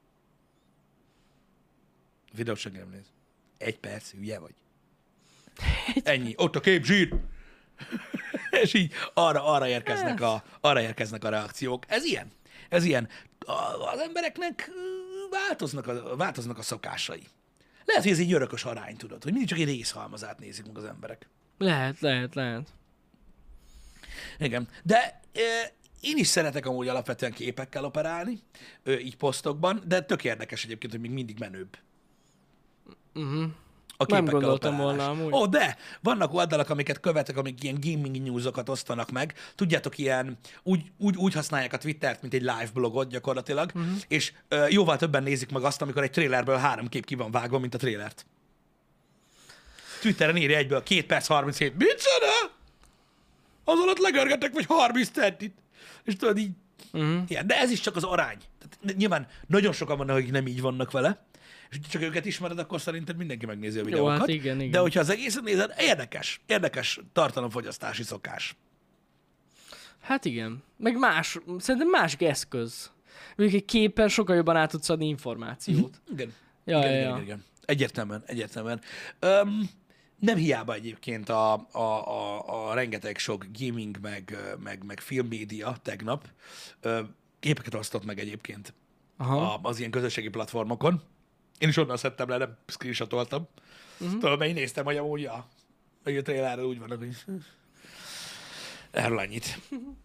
Videót senki nem néz. Egy perc, hülye vagy. Ennyi. Ott a kép, zsír! És így arra, arra, érkeznek a, arra érkeznek a reakciók. Ez ilyen. Ez ilyen. A- Az embereknek ö, változnak a, változnak a szokásai. Lehet, hogy ez egy örökös arány, tudod, hogy mindig csak egy részhalmazát nézik meg az emberek. Lehet, lehet, lehet. Igen. De ö, én is szeretek amúgy alapvetően képekkel operálni, ö, így posztokban, de tök érdekes egyébként, hogy még mindig menőbb. Uh-huh. A Nem képekkel gondoltam operálás. volna amúgy. Ó, de vannak oldalak, amiket követek, amik ilyen gaming newsokat osztanak meg. Tudjátok, ilyen úgy, úgy, úgy használják a Twittert, mint egy live blogot gyakorlatilag, Mhm. uh-huh. és ö, jóval többen nézik meg azt, amikor egy trailerből három kép ki van vágva, mint a trailert. Twitteren írja egyből két perc harminchét. Micsoda? Az alatt legörgetek, vagy harminc centit. És tudod így, Uh-huh. ilyen. De ez is csak az arány. Tehát nyilván nagyon sokan vannak, akik nem így vannak vele, és hogyha csak őket ismered, akkor szerinted mindenki megnézi a videókat. hát igen, igen. De hogyha az egészet nézed, érdekes, érdekes tartalomfogyasztási szokás. Hát igen. Meg más, szerintem másik eszköz. Mondjuk egy képen sokkal jobban át tudsz adni információt. Igen. Ja, igen, ja, igen, ja. igen, igen. Egyértelműen, egyértelműen. Öm, nem hiába egyébként a, a, a, a rengeteg sok gaming, meg, meg, meg filmmédia tegnap ö, képeket osztott meg egyébként Aha. a, az ilyen közösségi platformokon. Én is onnan szedtem le, nem screenshotoltam. Uh-huh. Tudom, mert én néztem, hogy amúgy ja, hogy a trailerről úgy vannak, hogy erről annyit.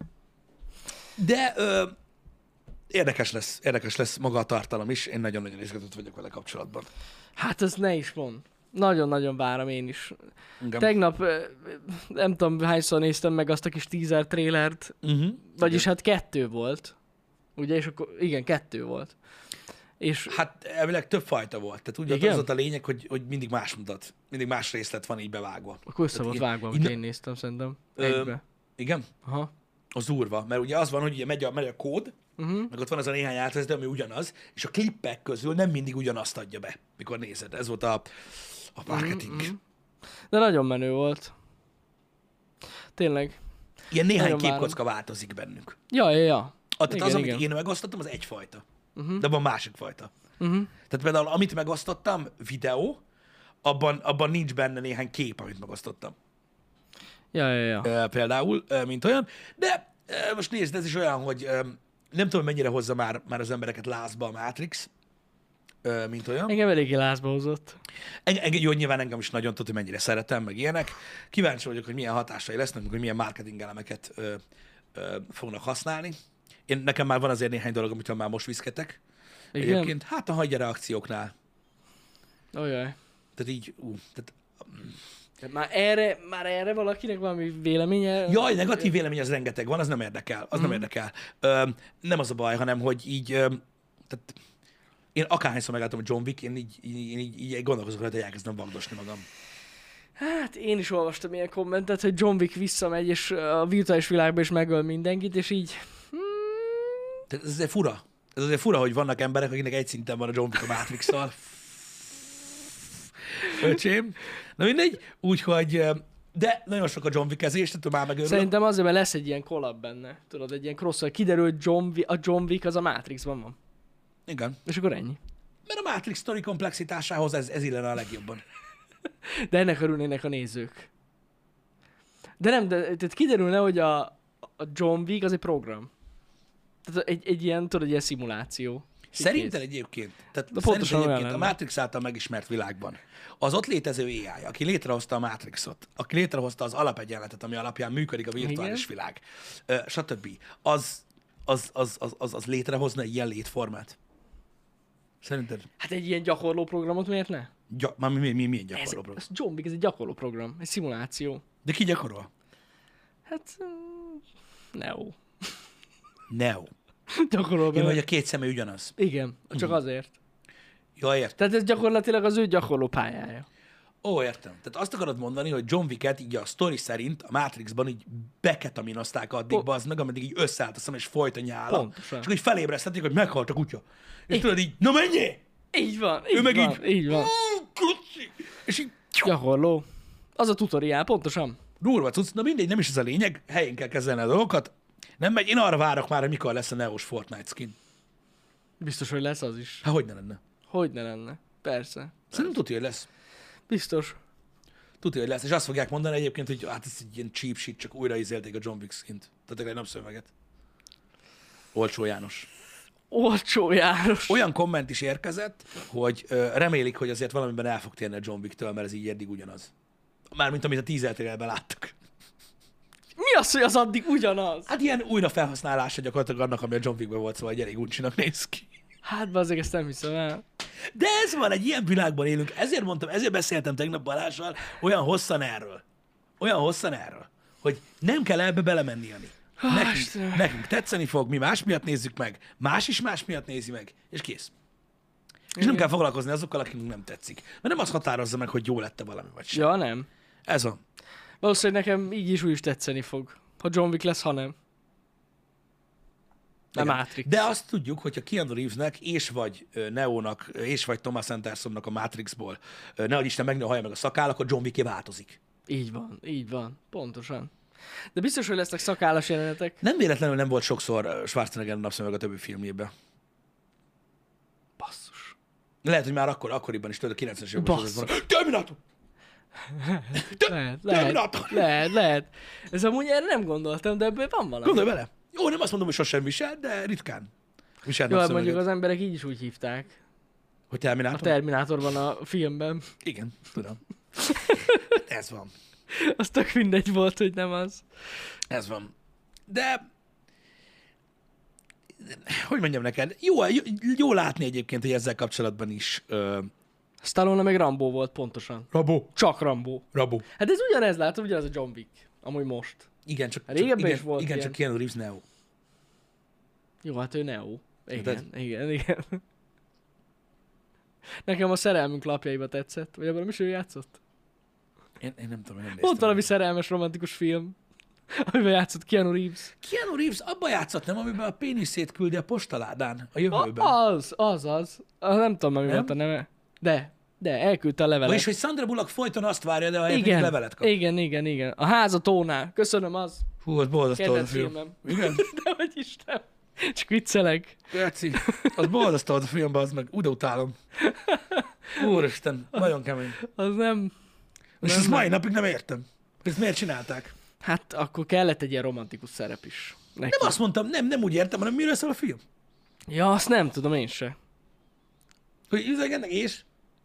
De ö, érdekes lesz, érdekes lesz maga a tartalom is. Én nagyon-nagyon izgatott vagyok vele kapcsolatban. Hát ez ne is mond. Nagyon-nagyon várom én is. Igen. Tegnap ö, nem tudom hányszor néztem meg azt a kis teaser trailert, Uh-huh. vagyis hát kettő volt. Ugye, és akkor igen, kettő volt. És Hát elvileg több fajta volt. Tehát úgy volt, Igen? az volt a lényeg, hogy, hogy mindig más mutat. Mindig más részlet van így bevágva. akkor össze Tehát volt én- vágva, én- amit én néztem szerintem. Ö, Egybe. Igen? Aha. Az durva. Mert ugye az van, hogy ugye megy a, megy a kód, Uh-huh. meg ott van az a néhány átvezető, ami ugyanaz, és a klippek közül nem mindig ugyanazt adja be, mikor nézed. Ez volt a, a marketing. Mhm, mhm. De nagyon menő volt. Tényleg. ilyen néhány Nagyon várom. képkocka változik bennünk. Ja, ja, ja. A, tehát Igen, az, amit igen. én megosztottam, az egyfajta. Uh-huh. De van másik fajta. Uh-huh. Tehát például, amit megosztottam, videó, abban, abban nincs benne néhány kép, amit megosztottam. Ja, ja, ja. Ö, például, ö, mint olyan. De ö, most nézd, ez is olyan, hogy ö, nem tudom, mennyire hozza már, már az embereket lázba a Matrix, ö, mint olyan. Engem eléggé lázba hozott. Enge, enge, jó, nyilván engem is nagyon tudja, mennyire szeretem, meg ilyenek. Kíváncsi vagyok, hogy milyen hatásai lesznek, hogy milyen marketing elemeket ö, ö, fognak használni. Én, nekem már van azért néhány dolog, amitől már most viszketek. Igen? Egyébként, hát a hagyja reakcióknál. Ojaj. Tehát így, ú, tehát, Tehát már erre, már erre valakinek valami véleménye? jaj, negatív vélemény az rengeteg van, az nem érdekel, az mm. nem érdekel. Ö, nem az a baj, hanem hogy így, ö, tehát én akárhányszor megálltam a John Wick, én így, így, így, így, így gondolkozok rajta, hogy elkezdem vagdosni magam. Hát én is olvastam ilyen kommentet, hogy John Wick visszamegy, és a virtuális világban is megöl mindenkit, és így... Hmm, Tehát ez azért fura. Ez azért fura, hogy vannak emberek, akiknek egy szinten van a John Wick a Matrix-szal. Öcsém. Na mindegy, úgyhogy, ö, de nagyon sok a John Wick-ezés, tehát már megőrülök. Szerintem azért, mert lesz egy ilyen collab benne. Tudod, egy ilyen crossover. Kiderül, hogy John Wick, a John Wick az a Matrixban van. Igen. És akkor ennyi. Mert a Matrix sztori komplexitásához ez, ez illene a legjobban. De ennek örülnének a nézők. De nem, de tehát kiderülne, hogy a, a John Wick az egy program. Tehát egy, egy ilyen, tudod, egy ilyen szimuláció. Szerintem egyébként, tehát De szerintem pontosan olyan egyébként a lenne. Matrix által megismert világban az ott létező á i, aki létrehozta a Matrixot, aki létrehozta az alapegyenletet, ami alapján működik a virtuális Igen. világ, ö, stb. Az, az, az, az, az, az létrehozna egy ilyen létformát? Szerinted? Hát egy ilyen gyakorló programot miért ne? Gya- már mi, mi, mi, milyen Ez, gyakorló program? ez John Wick, ez egy gyakorló program. Egy szimuláció. De ki gyakorol? Hát... mm, Neo. Neo. Gyakorol Jó, bele. hogy a két személy ugyanaz. Igen, csak azért. Jó, értem. Tehát ez gyakorlatilag az ő gyakorló pályája. Ó, értem. Tehát azt akarod mondani, hogy John Wicket így a sztori szerint a Matrixban így beketaminozták addig, Po- bazd meg, ameddig így összeállt a szem, és folyt a nyála. Pontosan. És akkor így felébresztették, hogy meghalt a kutya. És tudod így, na menjél! Így van, így meg van, így- így van. Ú, kuci! És így, Gyakorló. Az a tutoriál, pontosan. durva cucc, na mindegy, nem is ez a lényeg, helyén kell kezelni a dolgokat. Nem megy, én arra várok már, hogy mikor lesz a Neos Fortnite skin. Biztos, hogy lesz az is. Hát hogy ne lenne? Hogy ne lenne? Persze. Szerintem tudja, hogy lesz. Biztos. Tudja, hogy lesz. És azt fogják mondani egyébként, hogy hát ez egy ilyen cheap shit, csak újra izélték a John Wick skint. Tehát egy napszöveget. Olcsó János. Olcsó János. Olyan komment is érkezett, hogy ö, remélik, hogy azért valamiben el fog térni a John Wick-től, mert ez így eddig ugyanaz. Mármint amit a teaser trailerben láttak. Mi az, hogy az addig ugyanaz? Hát ilyen újra felhasználása gyakorlatilag annak, ami a John Wickben volt, szóval egy elég uncsinak néz ki. Hát bazzeg, ezt nem hiszem el. De ez van, egy ilyen világban élünk. Ezért mondtam, ezért beszéltem tegnap Balással olyan hosszan erről. Olyan hosszan erről, hogy nem kell ebbe belemenni, Jani. Nekünk, Istenem. nekünk tetszeni fog, mi más miatt nézzük meg, más is más miatt nézi meg, és kész. És nem kell foglalkozni azokkal, akiknek nem tetszik. Mert nem az határozza meg, hogy jó lett-e valami, vagy sem. Ja, nem. Ez van. Valószínűleg nekem így is úgy is tetszeni fog. Ha John Wick lesz, ha nem. Nem Igen. Matrix. De azt tudjuk, hogyha Keanu Reevesnek és vagy ö, Neónak, ö, és vagy Thomas Andersonnak a Matrixból, ö, nehogy Isten megnő a haja meg a szakáll, akkor John Wické változik. Így van, így van. Pontosan. De biztos, hogy lesznek szakállas jelenetek. Nem véletlenül nem volt sokszor ö, Schwarzenegger napszemeg a többi filmjében. Basszus. Lehet, hogy már akkor, akkoriban is tudod, a kilencvenes években Basszus. sorozatban, Terminator! Lehet, lehet, Terminator! lehet, lehet. Ez amúgy erre nem gondoltam, de ebből van valami. Gondolj bele! Jó, nem azt mondom, hogy sosem visel, de ritkán visel Jó, hát napszöveget. mondjuk az emberek így is úgy hívták. Hogy A Terminator? Terminátorban a filmben. Igen, tudom. Ez van. Az tök mindegy volt, hogy nem az. Ez van. De hogy mondjam neked, jó, jó, jó látni egyébként, hogy ezzel kapcsolatban is uh, Stallone meg Rambo volt pontosan. Rabó. Csak Rambo. Rabó. Hát ez ugyanez, látom, ugyanaz a John Wick. Amúgy most. Igen, csak, Hát csak régebben igen, is volt igen, ilyen. csak Keanu Reeves Neo. Jó, hát ő Neo. Igen, Tehát- igen, igen. Nekem a Szerelmünk lapjaiba tetszett. Vagy abban is ő játszott? Én, én nem tudom, én nem néztem. Volt valami szerelmes romantikus film, amiben játszott Keanu Reeves. Keanu Reeves abba játszott, nem, amiben a péniszét küldi a postaládán a jövőben. A, az, az, az. Ah, nem tudom, mi Nem? volt a neve. De. De elküldte a levelet. Vagyis, hogy Sandra Bullock folyton azt várja, de a igen, levelet kap. igen, igen, igen. A ház a tónál. Köszönöm, az. Hú, az borzasztó az a Kedvenc film. filmem. Igen? De hogy Isten. Csak viccelek. Geci, az borzasztó az a film, az meg. Úgy utálom. Úristen, nagyon kemény. Az nem... És nem, ezt mai nem. napig nem értem. Ezt miért csinálták? Hát akkor kellett egy ilyen romantikus szerep is. Neki. Nem azt mondtam, nem, nem úgy értem, hanem miről szól a film. Ja, azt nem tudom én se. Hogy üzegennek és?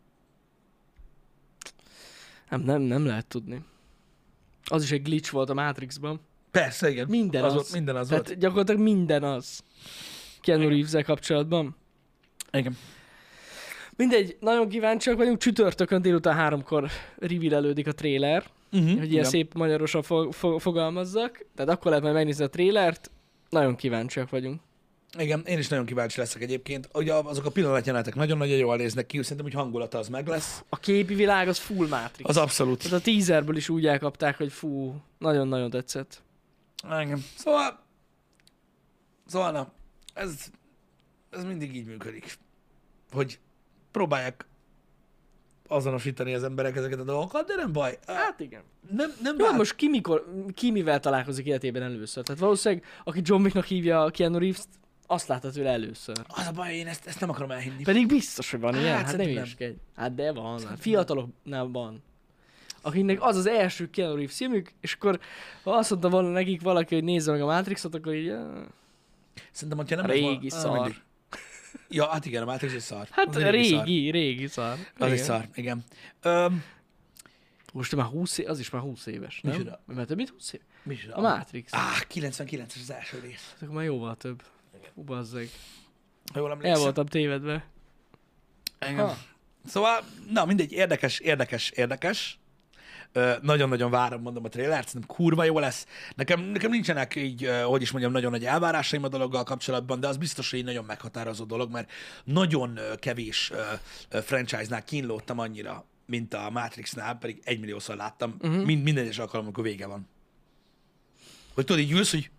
Nem, nem, nem lehet tudni. Az is egy glitch volt a Matrixban. Persze, igen. Minden az. az. Volt, minden az Tehát volt. gyakorlatilag minden az. Keanu Reeves-zel kapcsolatban. Igen. Mindegy, nagyon kíváncsiak vagyunk. Csütörtökön délután háromkor reveal-elődik a trailer. Uh-huh, Hogy ilyen igen. szép magyarosan fo- fo- fogalmazzak. Tehát akkor lehet majd megnézni a trailert. Nagyon kíváncsiak vagyunk. Igen, én is nagyon kíváncsi leszek egyébként. Ugye azok a pillanatjelenetek nagyon-nagyon jól néznek ki, szerintem, hogy hangulata az meg lesz. A képi világ az full Matrix. Az abszolút. Tehát a teaserből is úgy elkapták, hogy fú, nagyon-nagyon tetszett. Igen. Szóval, szóval na, ez, ez mindig így működik. Hogy próbálják azonosítani az emberek ezeket a dolgokat, de nem baj. Hát igen. Nem, nem Jó, bár... most ki, mikor, ki mivel találkozik életében először? Tehát valószínűleg, aki John Wicknak hívja a Keanu Reeves-t, azt látta tőle először. Az a baj, én ezt, ezt nem akarom elhinni. Pedig biztos, hogy van Hát, ilyen. Hát, nem szerintem ilyeskedj. Hát de van. Hát Szerintem fiataloknál van. Akiknek az az első Keanu Reeves filmük, és akkor ha azt mondta volna nekik valaki, hogy nézze meg a Matrixot, akkor így... ah, Szerintem, hogyha nem Régi lett volna- szar. Ah, mindegy. Ja, hát igen, a Matrix egy szar. Hát Az egy régi szar. régi, régi szar. Az egy Igen. szar, igen. Öm, Most már húsz év, az is már húsz éves, nem? Micsoda? Mert több mint húsz év? micsoda? A Matrix. Á, kilencvenkilences az első rész. Ezek már jóval több. Hú, bazzeg. Ha jól El emlékszem. voltam tévedve. Igen. Ha. Szóval, na mindegy, érdekes, érdekes, érdekes. Ö, nagyon-nagyon várom, mondom, a trailert, szerintem kurva jó lesz. Nekem, nekem nincsenek így, ö, hogy is mondjam, nagyon nagy elvárásaim a dologgal kapcsolatban, de az biztos, hogy egy nagyon meghatározó dolog, mert nagyon ö, kevés ö, ö, franchise-nál kínlódtam annyira, mint a Matrixnál, pedig egymilliószor láttam, uh-huh. Mind, minden egyes alkalom, amikor vége van. Hogy tudod, így ülsz, hogy...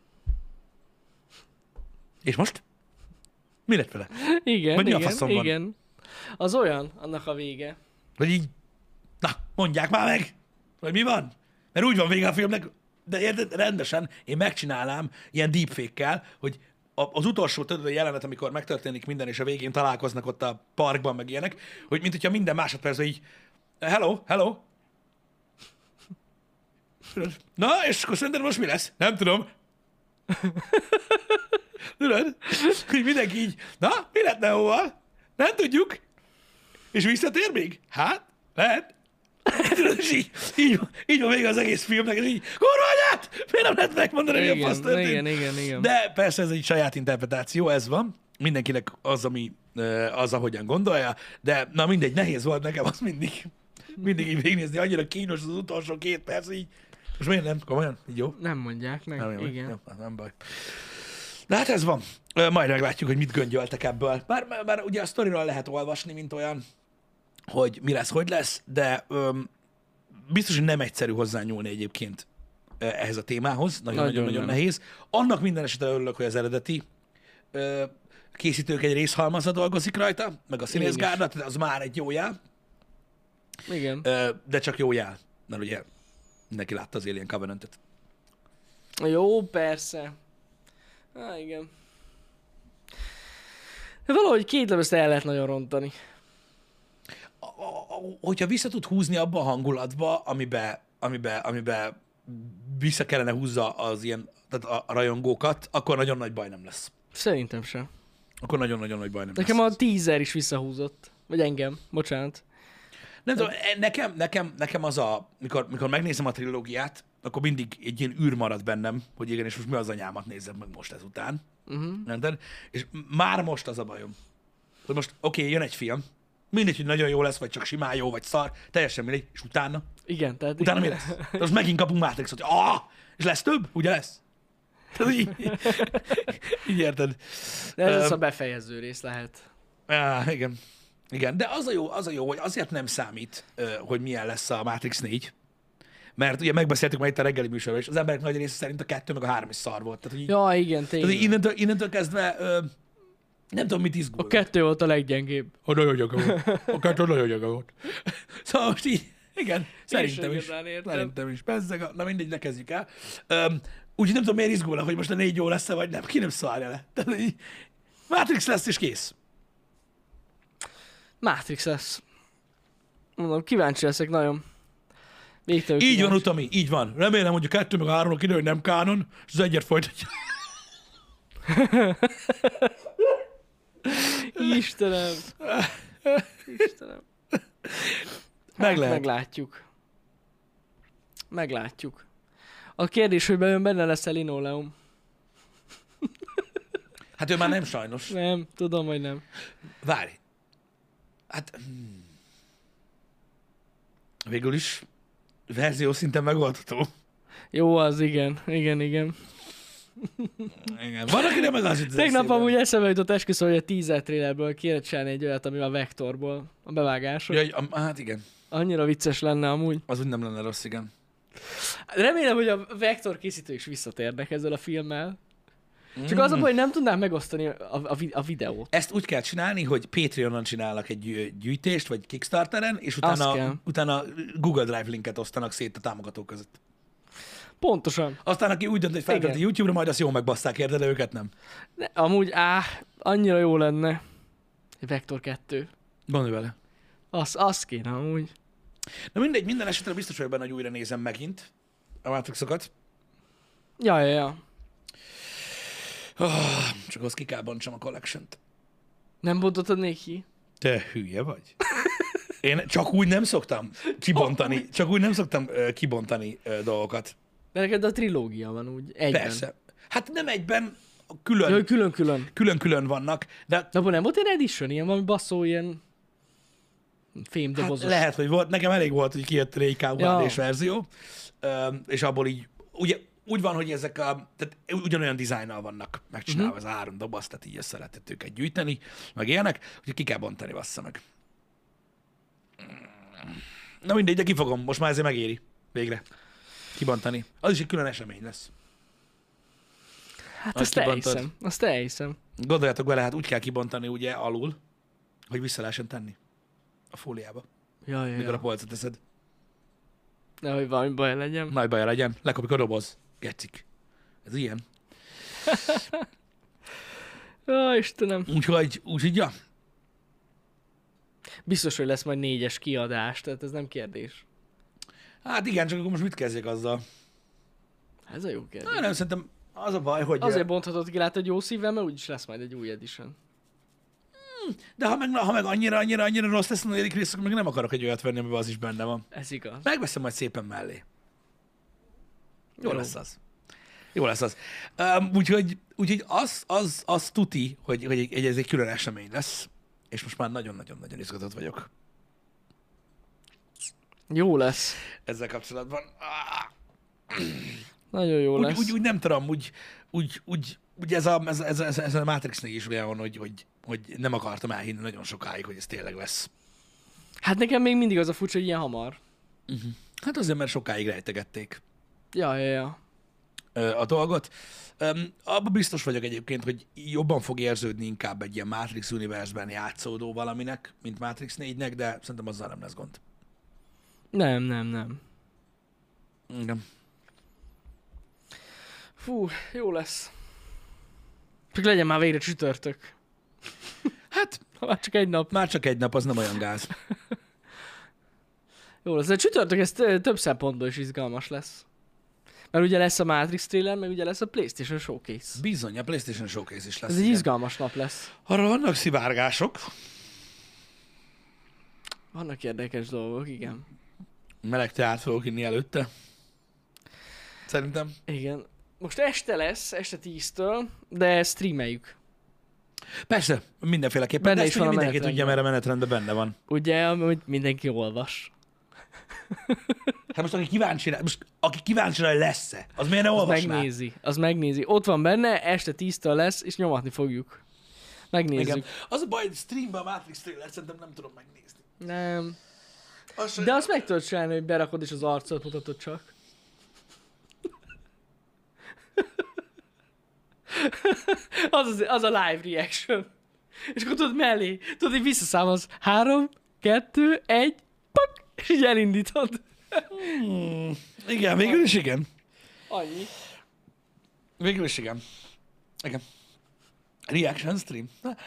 És most? Mi lett vele? Igen, Vagy mi a igen, faszom van? igen. Az olyan, annak a vége. Vagy így, na, mondják már meg, hogy mi van. Mert úgy van vége a filmnek, de érted, rendesen én megcsinálnám ilyen deepfake-kel, hogy a- az utolsó, tudod, a jelenet, amikor megtörténik minden, és a végén találkoznak ott a parkban, meg ilyenek, hogy mint hogyha minden másodpercben így, hello, hello. Na, és akkor szerinted most mi lesz? Nem tudom. Tudod? Hogy mindenki így, na, mi lett Neóval? Nem tudjuk. És visszatér még? Hát, lehet. Tudod, és így, így, van- így van vége az egész filmnek, és így, kurva anyát! Miért nem lehet megmondani, hogy a fasz Igen, történt? igen, igen, igen. De persze ez egy saját interpretáció, ez van. Mindenkinek az, ami, ö, az, ahogyan gondolja, de na mindegy, nehéz volt nekem az mindig, mindig így végignézni, annyira kínos az utolsó két perc, így. Most miért nem? Komolyan? Így jó? Nem mondják meg, Nem, jó, igen. jó, nem baj. De hát ez van. Ö, Majd meglátjuk, hogy mit göngyöltek ebből. Bár, bár, bár ugye a sztoriról lehet olvasni, mint olyan, hogy mi lesz, hogy lesz, de öm, biztos, hogy nem egyszerű hozzányúlni egyébként ö, ehhez a témához. Nagyon Nagyon-nagyon nem. nehéz. Annak minden esetre örülök, hogy az eredeti ö, készítők egy részhalmazza dolgozik rajta, meg a színészgárda, tehát az már egy jó jel, Igen. ö, de csak jó jel, mert ugye mindenki látta az Alien Covenant-et. Jó, persze. Há, igen. De valahogy két lemezt el lehet nagyon rontani. A- a- a- hogyha vissza tud húzni abba a hangulatba, amibe, amibe, amibe vissza kellene húzza az ilyen, tehát a, a rajongókat, akkor nagyon nagy baj nem lesz. Szerintem sem. Akkor nagyon-nagyon nagy baj nem Nekem lesz. a teaser is visszahúzott. Vagy engem, bocsánat. Nem tudom, e- nekem, nekem, nekem az a, mikor, mikor megnézem a trilógiát, akkor mindig egy ilyen űr marad bennem, hogy igen, és most mi az anyámat nézzem meg most ezután. Uh-huh. Érted? És már most az a bajom, hogy most oké, okay, jön egy film, mindegy, hogy nagyon jó lesz, vagy csak simán jó, vagy szar, teljesen mindegy, és utána, Igen, tehát... utána mi lesz? De most megint kapunk Matrixot, hogy ah, és lesz több, ugye lesz? Tehát így, így érted? De ez Öm, lesz a befejező rész lehet. Á, igen. Igen, de az a jó, az a jó, hogy azért nem számít, ö, hogy milyen lesz a Matrix négy, mert ugye megbeszéltük már itt a reggeli műsorban, és az emberek nagy része szerint a kettő meg a három is szar volt. Tehát, hogy így, Ja, igen, tehát, hogy tényleg. innentől, innentől kezdve ö, Nem tudom, mit A izgul. kettő volt a leggyengébb. A nagyon gyaga volt. A kettő nagyon gyaga volt. Szóval most így, igen, szerintem is. igazán értem. Szerintem is. Persze, na mindegy, ne kezdjük el. Um, úgyhogy nem tudom, miért izgulnak, hogy most a négy jó lesz-e, vagy nem. Ki nem szólja le. Tehát így, Matrix lesz, és kész. Matrix lesz. Mondom, kíváncsi leszek nagyon. Végtelenül Így van, kíváncsi. Utami, így van. Remélem, hogy a kettő meg a háromnak kiderül, hogy nem kánon, és az egyet folytatja. Istenem. Istenem. Meg Hát, lehet. meglátjuk. Meglátjuk. A kérdés, hogy bejön benne lesz-e linoleum. Hát ő már nem sajnos. Nem, tudom, hogy nem. Várj. Hát... hmm. Végül is verzió szinten megoldható. Jó az, igen. Igen, igen. Igen. Van, aki nem meg az jutott Tegnap eszébe. amúgy eszembe jutott esküszöm, hogy a teaser trailerből kéne csinálni egy olyat, ami a Vektorból, a bevágások. Ja, hogy- hát igen. Annyira vicces lenne amúgy. Az úgy nem lenne rossz, igen. Remélem, hogy a Vektor készítő is visszatérnek ezzel a filmmel. Csak az a baj, hogy nem tudnám megosztani a, a, vi- a videót. Ezt úgy kell csinálni, hogy Patreonon csinálnak egy gyű- gyűjtést, vagy Kickstarteren, és Azt utána, kell. utána Google Drive linket osztanak szét a támogatók között. Pontosan. Aztán, aki úgy dönt, hogy feltölti Igen. YouTube-ra, majd azt jól megbasszák érte, de őket nem. De amúgy, áh, annyira jó lenne. Egy Vektor kettő. Gondolj vele. Az, az kéne amúgy. Na mindegy, minden esetre biztos vagyok benne, hogy újra nézem megint a Matrixokat. Ja, ja, ja. Oh, csak az kikábantsam a collection-t. Nem bontottad még ki? Te hülye vagy. Én csak úgy nem szoktam kibontani, csak úgy nem szoktam uh, kibontani uh, dolgokat. De neked a trilógia van úgy, egyben. Persze. Hát nem egyben, Ja, külön, hogy külön-külön. külön-külön vannak, de De abban nem volt ilyen edition, ilyen valami basszó, ilyen hát fémdobozos. lehet, hogy volt. Nekem elég volt, hogy kijött négy ká Ja. há dés verzió, um, és abból így, ugye úgy van, hogy ezek a, tehát ugyanolyan dizájnnal vannak megcsinálva uh-huh. az három doboz, tehát így össze lehetett őket gyűjteni, meg ilyenek, úgyhogy ki kell bontani, bassza meg. Na mindegy, de kifogom, most már ezért megéri. Végre. Kibontani. Az is egy külön esemény lesz. Hát Azt azt kibontod. elhiszem. Azt elhiszem. Gondoljatok bele, hát úgy kell kibontani ugye alul, hogy vissza lehessen tenni a fóliába, Ja, ja, mikor a ja. polcot teszed. Nehogy valami baj legyen. Nagy baja legyen, lekopik a doboz. Gecik. Ez ilyen. Ó, Istenem. Úgyhogy, úgyhogy, ja. Biztos, hogy lesz majd négyes kiadás, tehát ez nem kérdés. Hát igen, csak akkor most mit kezdjek azzal? Ez a jó kérdés. Na, nem, szerintem az a baj, hogy... Azért bonthatod ki, látod jó szívvel, mert úgyis lesz majd egy új edition. De ha meg, ha meg annyira, annyira, annyira rossz lesz a negyedik rész, akkor meg nem akarok egy olyat venni, amiben az is benne van. Ez igaz. Megveszem majd szépen mellé. Jó, Jó. lesz az. Jó lesz az. Um, úgyhogy, úgyhogy az, az, az tuti, hogy, hogy egy, ez egy külön esemény lesz, és most már nagyon-nagyon-nagyon izgatott vagyok Jó lesz. ezzel kapcsolatban. Ah, Nagyon jó úgy, lesz. úgy, úgy nem tudom, úgy, úgy, úgy, úgy ez, a, ez, a- ez, a- ez, a- ez a Matrixnél is olyan van, hogy, hogy, hogy nem akartam elhinni nagyon sokáig, hogy ez tényleg lesz. Hát nekem még mindig az a furcsa, hogy ilyen hamar. Uh-huh. Hát azért, mert sokáig rejtegették Ja, ja, ja. ö, a dolgot. Um, abban biztos vagyok egyébként, hogy jobban fog érződni inkább egy ilyen Matrix univerzben játszódó valaminek, mint Matrix négynek, de szerintem azzal nem lesz gond. Nem, nem, nem. Igen. Fú, jó lesz. Csak legyen már végre csütörtök. Hát, Ha már csak egy nap. már csak egy nap, az nem olyan gáz. Jó lesz. De csütörtök ez t- több szempontból is izgalmas lesz. Mert ugye lesz a Matrix trailer, meg ugye lesz a PlayStation Showcase. Bizony, a PlayStation Showcase is lesz. Ez egy igen. izgalmas nap lesz. Arra vannak szivárgások. Vannak érdekes dolgok, igen. Meleg teát fogok inni előtte. Szerintem. Igen. Most este lesz, este tíztől, de streameljük. Persze, mindenféleképpen. Benne de is ezt van ugye a mindenki tudja, mert a menetrendben benne van. Ugye, amit mindenki olvas. Hát most aki kíváncsi rá, most aki kíváncsi rá, hogy lesz-e, az miért ne Az olvasná? megnézi. Az megnézi. Ott van benne, este tíztől lesz, és nyomatni fogjuk. Megnézzük. Igen. Az a baj, hogy streamben a Matrix trailer szerintem nem tudom megnézni. Nem. Az, De azt meg tudod csinálni, hogy berakod és az arcot mutatod csak. az, az, az a live reaction. És akkor tudod mellé, tudod, hogy visszaszámolsz. Három, kettő, egy, pak, és így elindítod. Hmm. Igen, végül is igen. Annyi. Végül is igen. Igen. Reaction stream.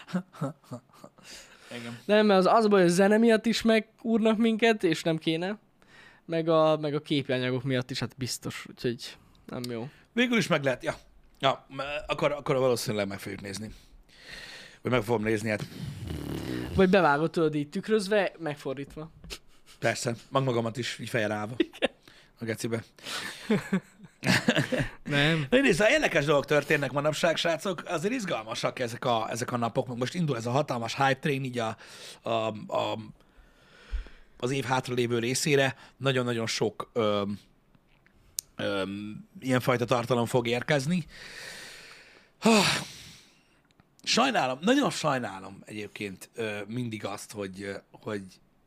Igen. Nem, mert az az baj, hogy a zene miatt is megúrnak minket, és nem kéne. Meg a, meg a képanyagok miatt is, hát biztos, úgyhogy nem jó. Végül is meg lehet, ja. Ja, akkor, akkor valószínűleg meg fogjuk nézni. Vagy meg fogom nézni, hát Vagy bevágod tudod így tükrözve, megfordítva. persze, mag magamat is így fejjel állva. A gecibe. Nem. Na, nézd, érdekes dolgok történnek manapság, srácok, azért izgalmasak ezek a, ezek a napok. Most indul ez a hatalmas hype train így a, a, a, az év hátralévő részére. Nagyon-nagyon sok ö, ö, ilyenfajta tartalom fog érkezni. Sajnálom, nagyon sajnálom egyébként ö, mindig azt, hogy, hogy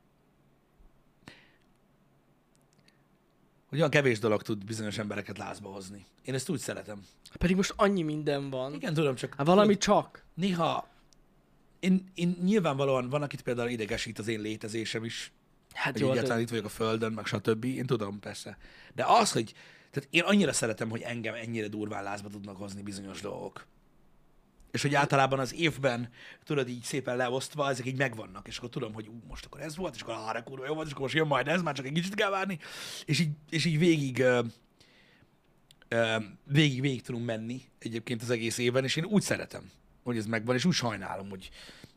hogy olyan kevés dolog tud bizonyos embereket lázba hozni. Én ezt úgy szeretem. Pedig most annyi minden van. Igen, tudom, csak Hát valami csak. néha én, én nyilvánvalóan van, akit például idegesít az én létezésem is, Hát hogy jó, egyáltalán de... itt vagyok a Földön, meg stb. Én tudom, persze. De az, hogy tehát én annyira szeretem, hogy engem ennyire durván lázba tudnak hozni bizonyos dolgok. És hogy általában az évben, tudod, így szépen leosztva, ezek így megvannak, és akkor tudom, hogy ú, most akkor ez volt, és akkor arra kurva jó volt, és akkor most jön majd ez, már csak egy kicsit kell várni, és így, és így végig, ö, ö, végig, végig tudunk menni egyébként az egész évben, és én úgy szeretem, hogy ez megvan, és úgy sajnálom, hogy,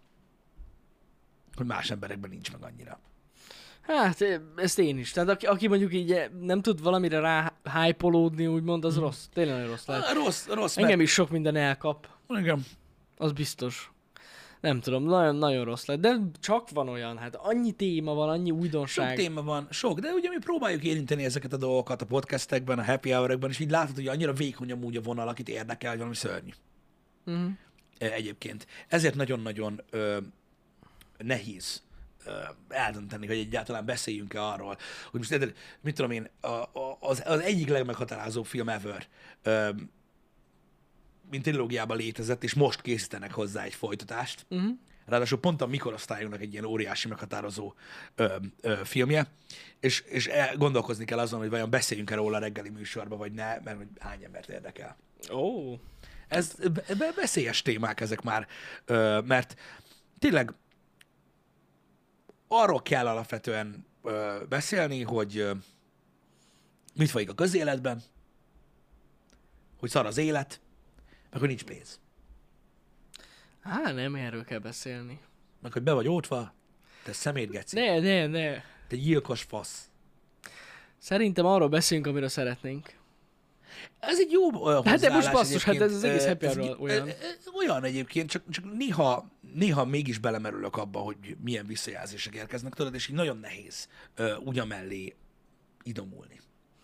hogy más emberekben nincs meg annyira. Hát, ezt én is. Tehát aki, aki mondjuk így nem tud valamire rá hype-olódni, úgymond, az hmm. rossz. Tényleg nagyon rossz lehet. Ah, rossz, rossz, Engem mert... is sok minden elkap. Igen. Az biztos. Nem tudom, nagyon, nagyon rossz lett. De csak van olyan, hát annyi téma van, annyi újdonság. Sok téma van, sok, de ugye mi próbáljuk érinteni ezeket a dolgokat a podcastekben, a happy hour-ekben, és így látod, hogy annyira vékony amúgy a vonal, akit érdekel, hogy valami szörnyű. Uh-huh. Egyébként. Ezért nagyon-nagyon ö, nehéz ö, eldönteni, hogy egyáltalán beszéljünk-e arról, hogy most érted, mit tudom én, a, a, az, az egyik legmeghatározóbb film ever, ö, mint trilógiában létezett, és most készítenek hozzá egy folytatást. Uh-huh. Ráadásul pont a mikorosztályunknak egy ilyen óriási meghatározó ö, ö, filmje, és, és el, gondolkozni kell azon, hogy vajon beszéljünk-e róla a reggeli műsorba, vagy ne, mert hogy hány embert érdekel. Ó. Oh. Ez be, veszélyes témák ezek már, ö, mert tényleg arról kell alapvetően ö, beszélni, hogy ö, mit folyik a közéletben, hogy szar az élet, meg hogy nincs pénz. Á, nem erről kell beszélni. Meg hogy be vagy ótva, te szemétgeci. Ne, ne, ne. Te gyilkos fasz. Szerintem arról beszélünk, amiről szeretnénk. Ez egy jó olyan Hát de most hozzáállás basszus, hát ez az egész happy ez, hour olyan. Olyan egyébként, csak, csak néha, néha mégis belemerülök abba, hogy milyen visszajelzések érkeznek tőled, és így nagyon nehéz uh, ugyan mellé idomulni.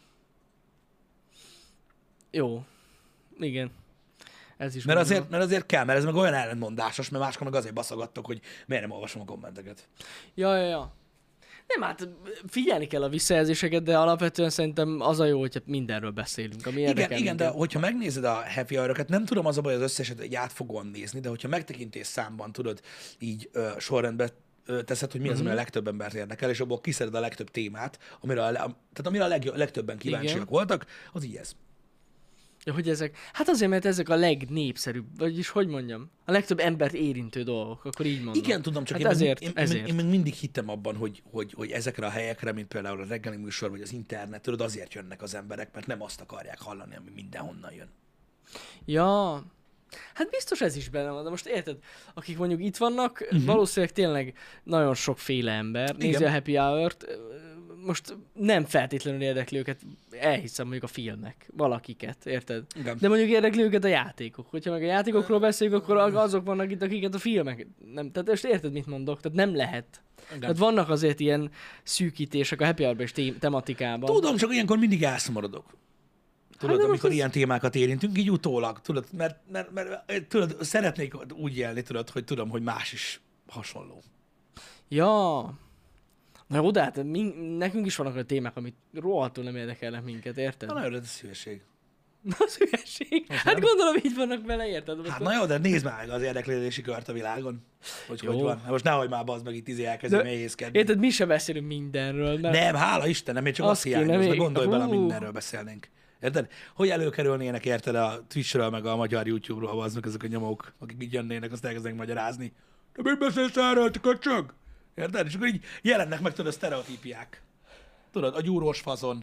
Jó. Igen. Ez is Mert megvan. azért, mert azért kell, mert ez meg olyan ellentmondásos, mert máskor meg azért baszogattok, hogy miért nem olvasom a kommenteket. Ja, ja, ja. Nem, hát figyelni kell a visszajelzéseket, de alapvetően szerintem az a jó, hogyha mindenről beszélünk, ami érdekel Igen, igen, minket. de hogyha megnézed a happy hour-öket, nem tudom az a baj az összeset egy átfogóan nézni, de hogyha megtekintés számban tudod így ö, sorrendbe ö, teszed, hogy mi az, ami a legtöbb embert érdekel, és abból kiszeded a legtöbb témát, amire a, tehát amire a leg, legtöbben kíváncsiak Igen. voltak, az így ez. Ja, hogy ezek, hát azért, mert ezek a legnépszerűbb, vagyis hogy mondjam, a legtöbb embert érintő dolgok, akkor így mondom. Igen, tudom, csak hát én, ezért, meg, én, ezért. Én, én meg mindig hittem abban, hogy, hogy, hogy ezekre a helyekre, mint például a reggeli műsor, vagy az internet, tudod, azért jönnek az emberek, mert nem azt akarják hallani, ami mindenhonnan jön. Ja, hát biztos ez is benne van, de most érted, akik mondjuk itt vannak, uh-huh. valószínűleg tényleg nagyon sokféle ember, nézi a happy hour-t, most nem feltétlenül érdekli őket, elhiszem mondjuk a filmek, valakiket, érted? Igen. De mondjuk érdekli őket a játékok. Hogyha meg a játékokról beszélünk, akkor azok vannak itt, akiket a filmek nem. Tehát most érted, mit mondok? Tehát nem lehet. Igen. Tehát vannak azért ilyen szűkítések a happy hour-ban és té- tematikában. Tudom, csak ilyenkor mindig elszomorodok. Tudod, Hát, amikor ez... ilyen témákat érintünk, így utólag, tudod, mert, mert, mert tudod, szeretnék úgy élni, tudod, hogy tudom, hogy más is hasonló. Ja. Na jó, de hát mi, nekünk is vannak olyan témák, amit rohadtul nem érdekelnek minket, érted? Na, nagyon ez szívesség. Az hülyeség. Most Hát nem? gondolom így vannak vele, érted? Most Hát na jó, de nézd meg az érdeklődési kört a világon. Hogy Jó. hogy van. Hát most nehogy már bazd meg itt izé elkezdjem De- mélyészkedni. Érted, mi sem beszélünk mindenről. Mert... Nem, hála Istenem, én csak Azt azt kéne hiányolsz, de még. gondolj bele, Hú. mindenről beszélnénk. Érted? Hogy előkerülnének, érted, a Twitchről, meg a magyar YouTube-ról, azok ezek a nyomók, akik így jönnének, azt elkezdenek magyarázni. De mit beszélsz erről, te köcsög? Érted? És akkor így jelennek meg, tudod, a sztereotípiák. Tudod, a gyúrós fazon,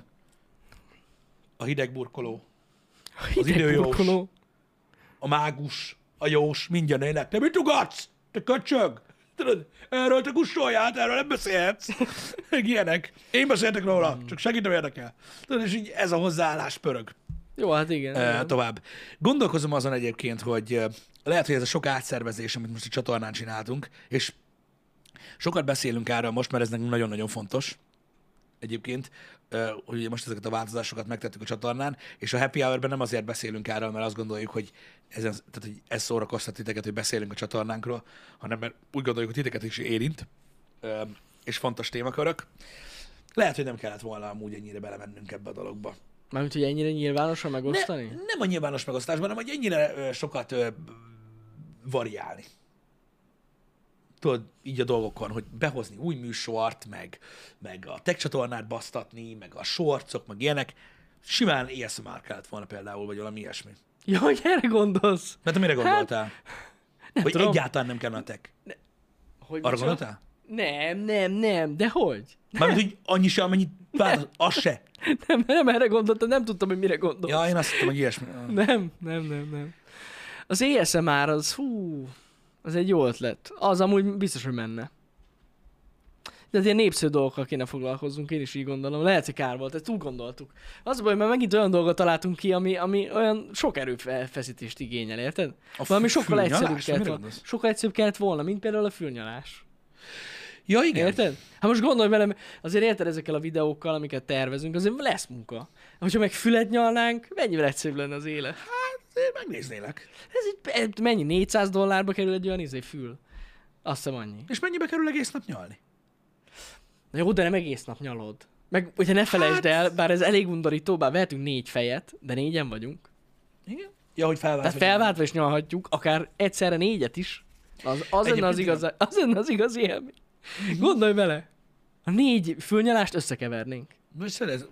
a hideg burkoló, az időjós, Hidegburkoló. a mágus, a jós, mind jönnének. Te mit ugatsz? Te köcsög? Tudod, erről te kussoljál, erről nem beszélhetsz. Meg ilyenek. Én beszéltek róla, csak segítem érdekel. Tudod, és így ez a hozzáállás pörög Jó, hát igen. uh, igen. tovább. Gondolkozom azon egyébként, hogy uh, lehet, hogy ez a sok átszervezés, amit most a csatornán csináltunk, és sokat beszélünk erről most, mert ez nekünk nagyon-nagyon fontos egyébként, uh, hogy ugye most ezeket a változásokat megtettük a csatornán, és a Happy Hour-ben nem azért beszélünk erről, mert azt gondoljuk, hogy, ezen, tehát, hogy ez szórakoztat titeket, hogy beszélünk a csatornánkról, hanem mert úgy gondoljuk, hogy titeket is érint, uh, és fontos témakörök. Lehet, hogy nem kellett volna amúgy ennyire belemennünk ebbe a dologba. Mármint, hogy ennyire nyilvánosan megosztani? Ne, nem a nyilvános megosztásban, hanem hogy ennyire ö, sokat ö, variálni. Tudod, így a dolgokon, hogy behozni új műsort, meg, meg a tech csatornát basztatni, meg a shortsok, meg ilyenek. Simán á es em er kellett volna például, vagy valami ilyesmi. Ja, hogy erre gondolsz? Mert te mire gondoltál? Nem Hogy tudom. egyáltalán nem kellene a tech. Hogy Arra micsoda? gondoltál? Nem, nem, nem, de hogy? Mármint, hogy annyi se, amennyit válasz, az se. Nem, nem erre gondoltam, nem tudtam, hogy mire gondolsz. Ja, én azt hittem, hogy ilyesmi. Nem, nem, nem, nem. Az á es em er az, hú, az egy jó ötlet. Az amúgy biztos, hogy menne. De ilyen népszerű dolgokkal kéne foglalkozzunk, én is így gondolom. Lehet, hogy kár volt, ezt úgy gondoltuk. Az a baj, mert megint olyan dolgot találtunk ki, ami, ami olyan sok erőfeszítést igényel, érted? A Valami sokkal fülnyalás? egyszerűbb Mire kellett volna. gondolsz? Sokkal egyszerűbb kellett volna, mint például a fülnyalás. Ja, igen. Érted? Hát most gondolj velem, azért érted ezekkel a videókkal, amiket tervezünk, azért lesz munka. Hogyha meg fület nyalnánk, mennyivel egyszerűbb lenne az élet. Én megnéznélek. Ez egy, mennyi? négyszáz dollárba kerül egy olyan izé fül? Azt hiszem annyi. És mennyibe kerül egész nap nyalni? Na jó, de nem egész nap nyalod. Meg, hogyha ne felejtsd Hát- el, bár ez elég undorító, bár vehetünk négy fejet, de négyen vagyunk. Igen. Ja, hogy felvált. Tehát felváltva is nyalhatjuk, akár egyszerre négyet is. Az, az, lenne az, Egyébként igaz, az lenne az igaz élmény. Gondolj bele! A négy fülnyalást összekevernénk. Most ez...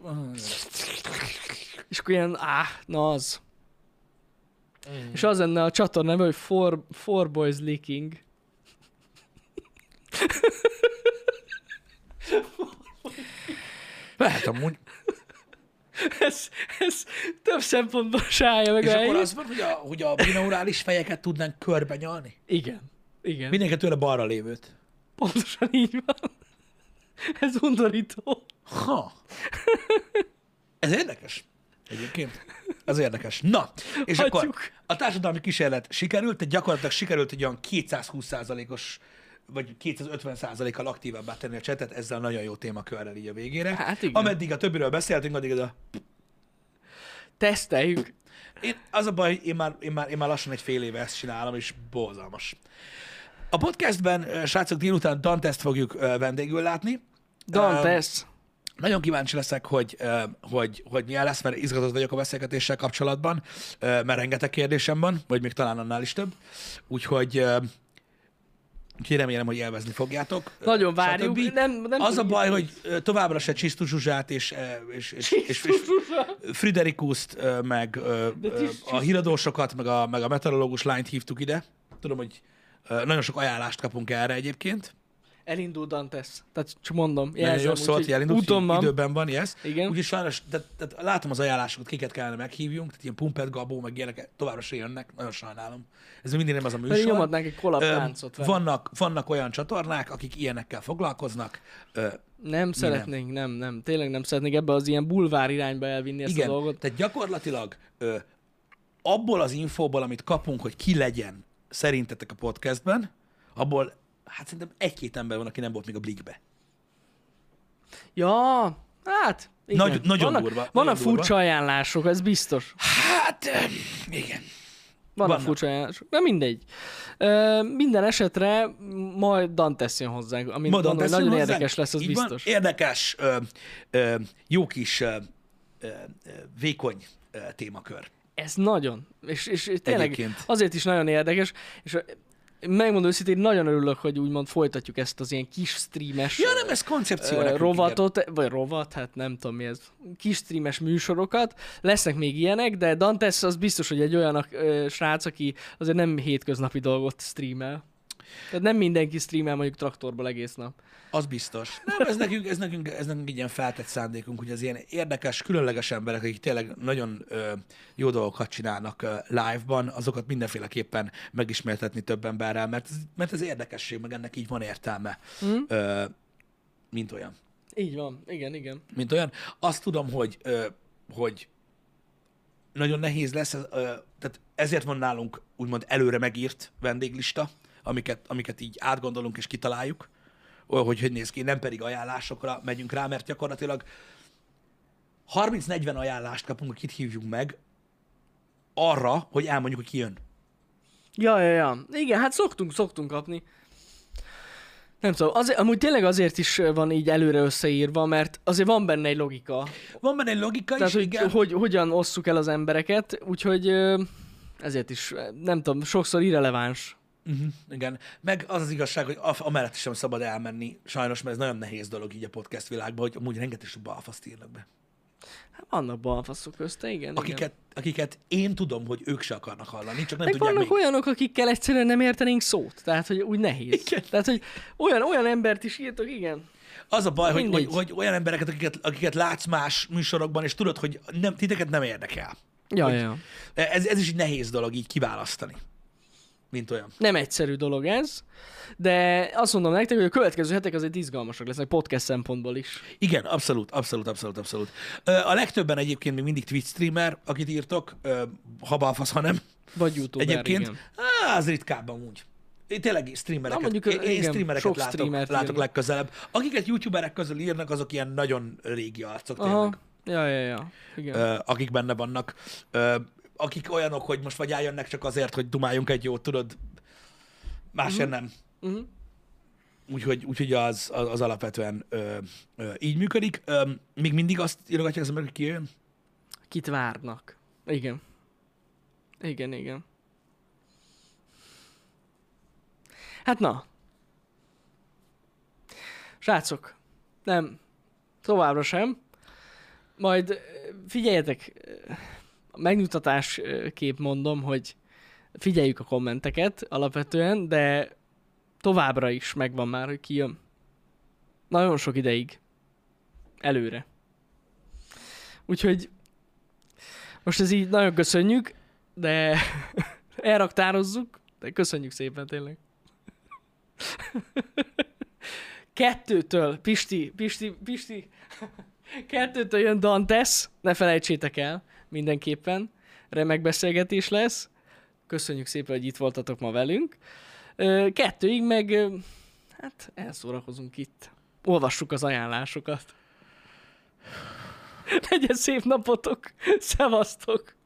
És akkor ilyen, áh, na az. Mm. És az lenne a csatorna neve, hogy Four, Four Boys Leaking. Lehet amúgy. Ez, ez több szempontból sállja meg És a akkor helyét. az van, hogy a, hogy a binaurális fejeket tudnánk körbe nyalni? Igen. Igen. Mindenki tőle balra lévőt. Pontosan így van. Ez undorító. Ha. Ez érdekes. Egyébként. Ez érdekes. Na, és Hagyjuk. akkor a társadalmi kísérlet sikerült, tehát gyakorlatilag sikerült egy olyan kétszázhúsz százalékos vagy kétszázötven százalékkal aktívabbá tenni a csetet, ezzel nagyon jó témakörrel így a végére. Hát igen. Ameddig a többiről beszéltünk, addig ez a... Teszteljük. Én, az a baj, én már, én, már, én már lassan egy fél éve ezt csinálom, és borzalmas. A podcastben, ö, srácok, délután Dantest fogjuk ö, vendégül látni. Dantes. Nagyon kíváncsi leszek, hogy, ö, hogy, hogy milyen lesz, mert izgatott vagyok a beszélgetéssel kapcsolatban, ö, mert rengeteg kérdésem van, vagy még talán annál is több. Úgyhogy, ö, úgyhogy remélem, hogy élvezni fogjátok. ö, Nagyon várjuk. stb. Nem, nem Az a tudjuk. baj, hogy ö, továbbra se Csisztus Zsuzsát és, ö, és, és, és, és Csisztusa. Friderikuszt, ö, meg ö, De ö, tis- a híradósokat, meg a, meg a meteorológus lányt hívtuk ide. Tudom, hogy ö, nagyon sok ajánlást kapunk erre egyébként. Elindul Dantes. Tehát csak mondom. Nagyon Jelzem, jó szólt, úgyhogy hogy elindult, úton van. időben van, yes. Igen. Úgyhogy sajnos, de, de, látom az ajánlásokat, kiket kellene meghívjunk, tehát ilyen Pumpet Gabó, meg ilyenek továbbra se jönnek, nagyon sajnálom. Ez mindig nem az a Pedig műsor. nyomadnánk egy kollab Ö, táncot vele. vannak, vannak olyan csatornák, akik ilyenekkel foglalkoznak. Ö, Nem szeretnénk, nem, nem. Tényleg nem szeretnénk ebbe az ilyen bulvár irányba elvinni ezt igen, a dolgot. tehát gyakorlatilag ö, abból az infóból, amit kapunk, hogy ki legyen szerintetek a podcastben, abból hát szerintem egy-két ember van, aki nem volt még a Blikbe. Ja, hát igen. Nagy- nagyon vannak, durva, Vannak nagyon durva. furcsa ajánlások, ez biztos. Hát, ö, igen. Vannak, Vannak. furcsa ajánlások. De mindegy. Ö, minden esetre majd Dantes jön hozzánk, ami Modern mondom, hogy teszünk nagyon hozzánk. érdekes lesz, az Így biztos. Van. Érdekes, ö, ö, jó kis ö, ö, ö, vékony ö, témakör. Ez nagyon. És, és tényleg Egyébként. azért is nagyon érdekes, és megmondom őszintén, nagyon örülök, hogy úgymond folytatjuk ezt az ilyen kis streames Ja, nem, ez koncepció ö, nekünk, rovatot, vagy rovat, hát nem tudom mi ez, kis streames műsorokat. Lesznek még ilyenek, de Dantes az biztos, hogy egy olyan ö, srác, aki azért nem hétköznapi dolgot streamel. Tehát nem mindenki streamel mondjuk traktorból egész nap. Az biztos. Nem, ez nekünk, ez nekünk, ez nekünk egy ilyen feltett szándékunk, hogy az ilyen érdekes, különleges emberek, akik tényleg nagyon ö, jó dolgokat csinálnak ö, live-ban, azokat mindenféleképpen megismertetni több emberrel, mert ez, mert ez érdekesség, meg ennek így van értelme, Mm. ö, mint olyan. Így van, igen, igen. Mint olyan. Azt tudom, hogy, ö, hogy nagyon nehéz lesz, ö, tehát ezért van nálunk úgymond előre megírt vendéglista, amiket, amiket így átgondolunk és kitaláljuk, olyan, hogy hogy néz ki, nem pedig ajánlásokra megyünk rá, mert gyakorlatilag harminc-negyven ajánlást kapunk, akit hívjuk meg arra, hogy elmondjuk, hogy ki jön. Ja, ja, ja. Igen, hát szoktunk, szoktunk kapni. Nem tudom, azért, amúgy tényleg azért is van így előre összeírva, mert azért van benne egy logika. Van benne egy logika Tehát, is, hogy, igen. hogy hogyan osszuk el az embereket, úgyhogy ö, ezért is, nem tudom, sokszor irreleváns. Uh-huh, igen. Meg az az igazság, hogy a- amellett sem szabad elmenni, sajnos, mert ez nagyon nehéz dolog így a podcast világban, hogy amúgy rengeteg sok balfaszt írnak be. Hát vannak balfaszok közte, igen. igen. Akiket, akiket én tudom, hogy ők se akarnak hallani, csak nem Meg tudják vannak még. olyanok, akikkel egyszerűen nem értenénk szót. Tehát, hogy úgy nehéz. Igen. Tehát, hogy olyan, olyan embert is írtok, igen. Az a baj, hogy, hogy, Mindegy. hogy olyan embereket, akiket, akiket látsz más műsorokban, és tudod, hogy nem, titeket nem érdekel. Ja, Hogy- ja. Ez, ez is egy nehéz dolog így kiválasztani. Mint olyan. Nem egyszerű dolog ez, de azt mondom nektek, hogy a következő hetek azért izgalmasak lesznek podcast szempontból is. Igen, abszolút, abszolút, abszolút, abszolút. Ö, A legtöbben egyébként még mindig Twitch streamer, akit írtok, ö, ha balfasz, ha nem. Vagy youtuber, Egyébként, igen. á, az ritkább amúgy. Én tényleg streamereket, Na, mondjuk, én, én igen, streamereket sok látok, streamert látok írnak. legközelebb. Akiket youtuberek közül írnak, azok ilyen nagyon régi arcok Aha. tényleg, Ja, ja, ja. Igen. ö, akik benne vannak. Ö, akik olyanok, hogy most vagy eljönnek csak azért, hogy dumáljunk egy jót, tudod, másért Mhm. nem. Uh-huh. Úgyhogy, úgyhogy az, az, az alapvetően ö, ö, így működik. Ö, még mindig azt írogatják az emberek, hogy ki jön? Kit várnak. Igen. Igen, igen. Hát na. Srácok, nem. Továbbra sem. Majd ö, figyeljetek, ö, a megnyugtatás ö, kép mondom, hogy figyeljük a kommenteket alapvetően, de továbbra is megvan már, hogy ki jön. Nagyon sok ideig. Előre. Úgyhogy most ez így nagyon köszönjük, de elraktározzuk, de köszönjük szépen tényleg. Kettőtől, Pisti, Pisti, Pisti, kettőtől jön Dantes, ne felejtsétek el, mindenképpen. Remek beszélgetés lesz. Köszönjük szépen, hogy itt voltatok ma velünk. Ö, Kettőig meg, ö, hát elszórakozunk itt. Olvassuk az ajánlásokat. Legyen szép napotok, szevasztok!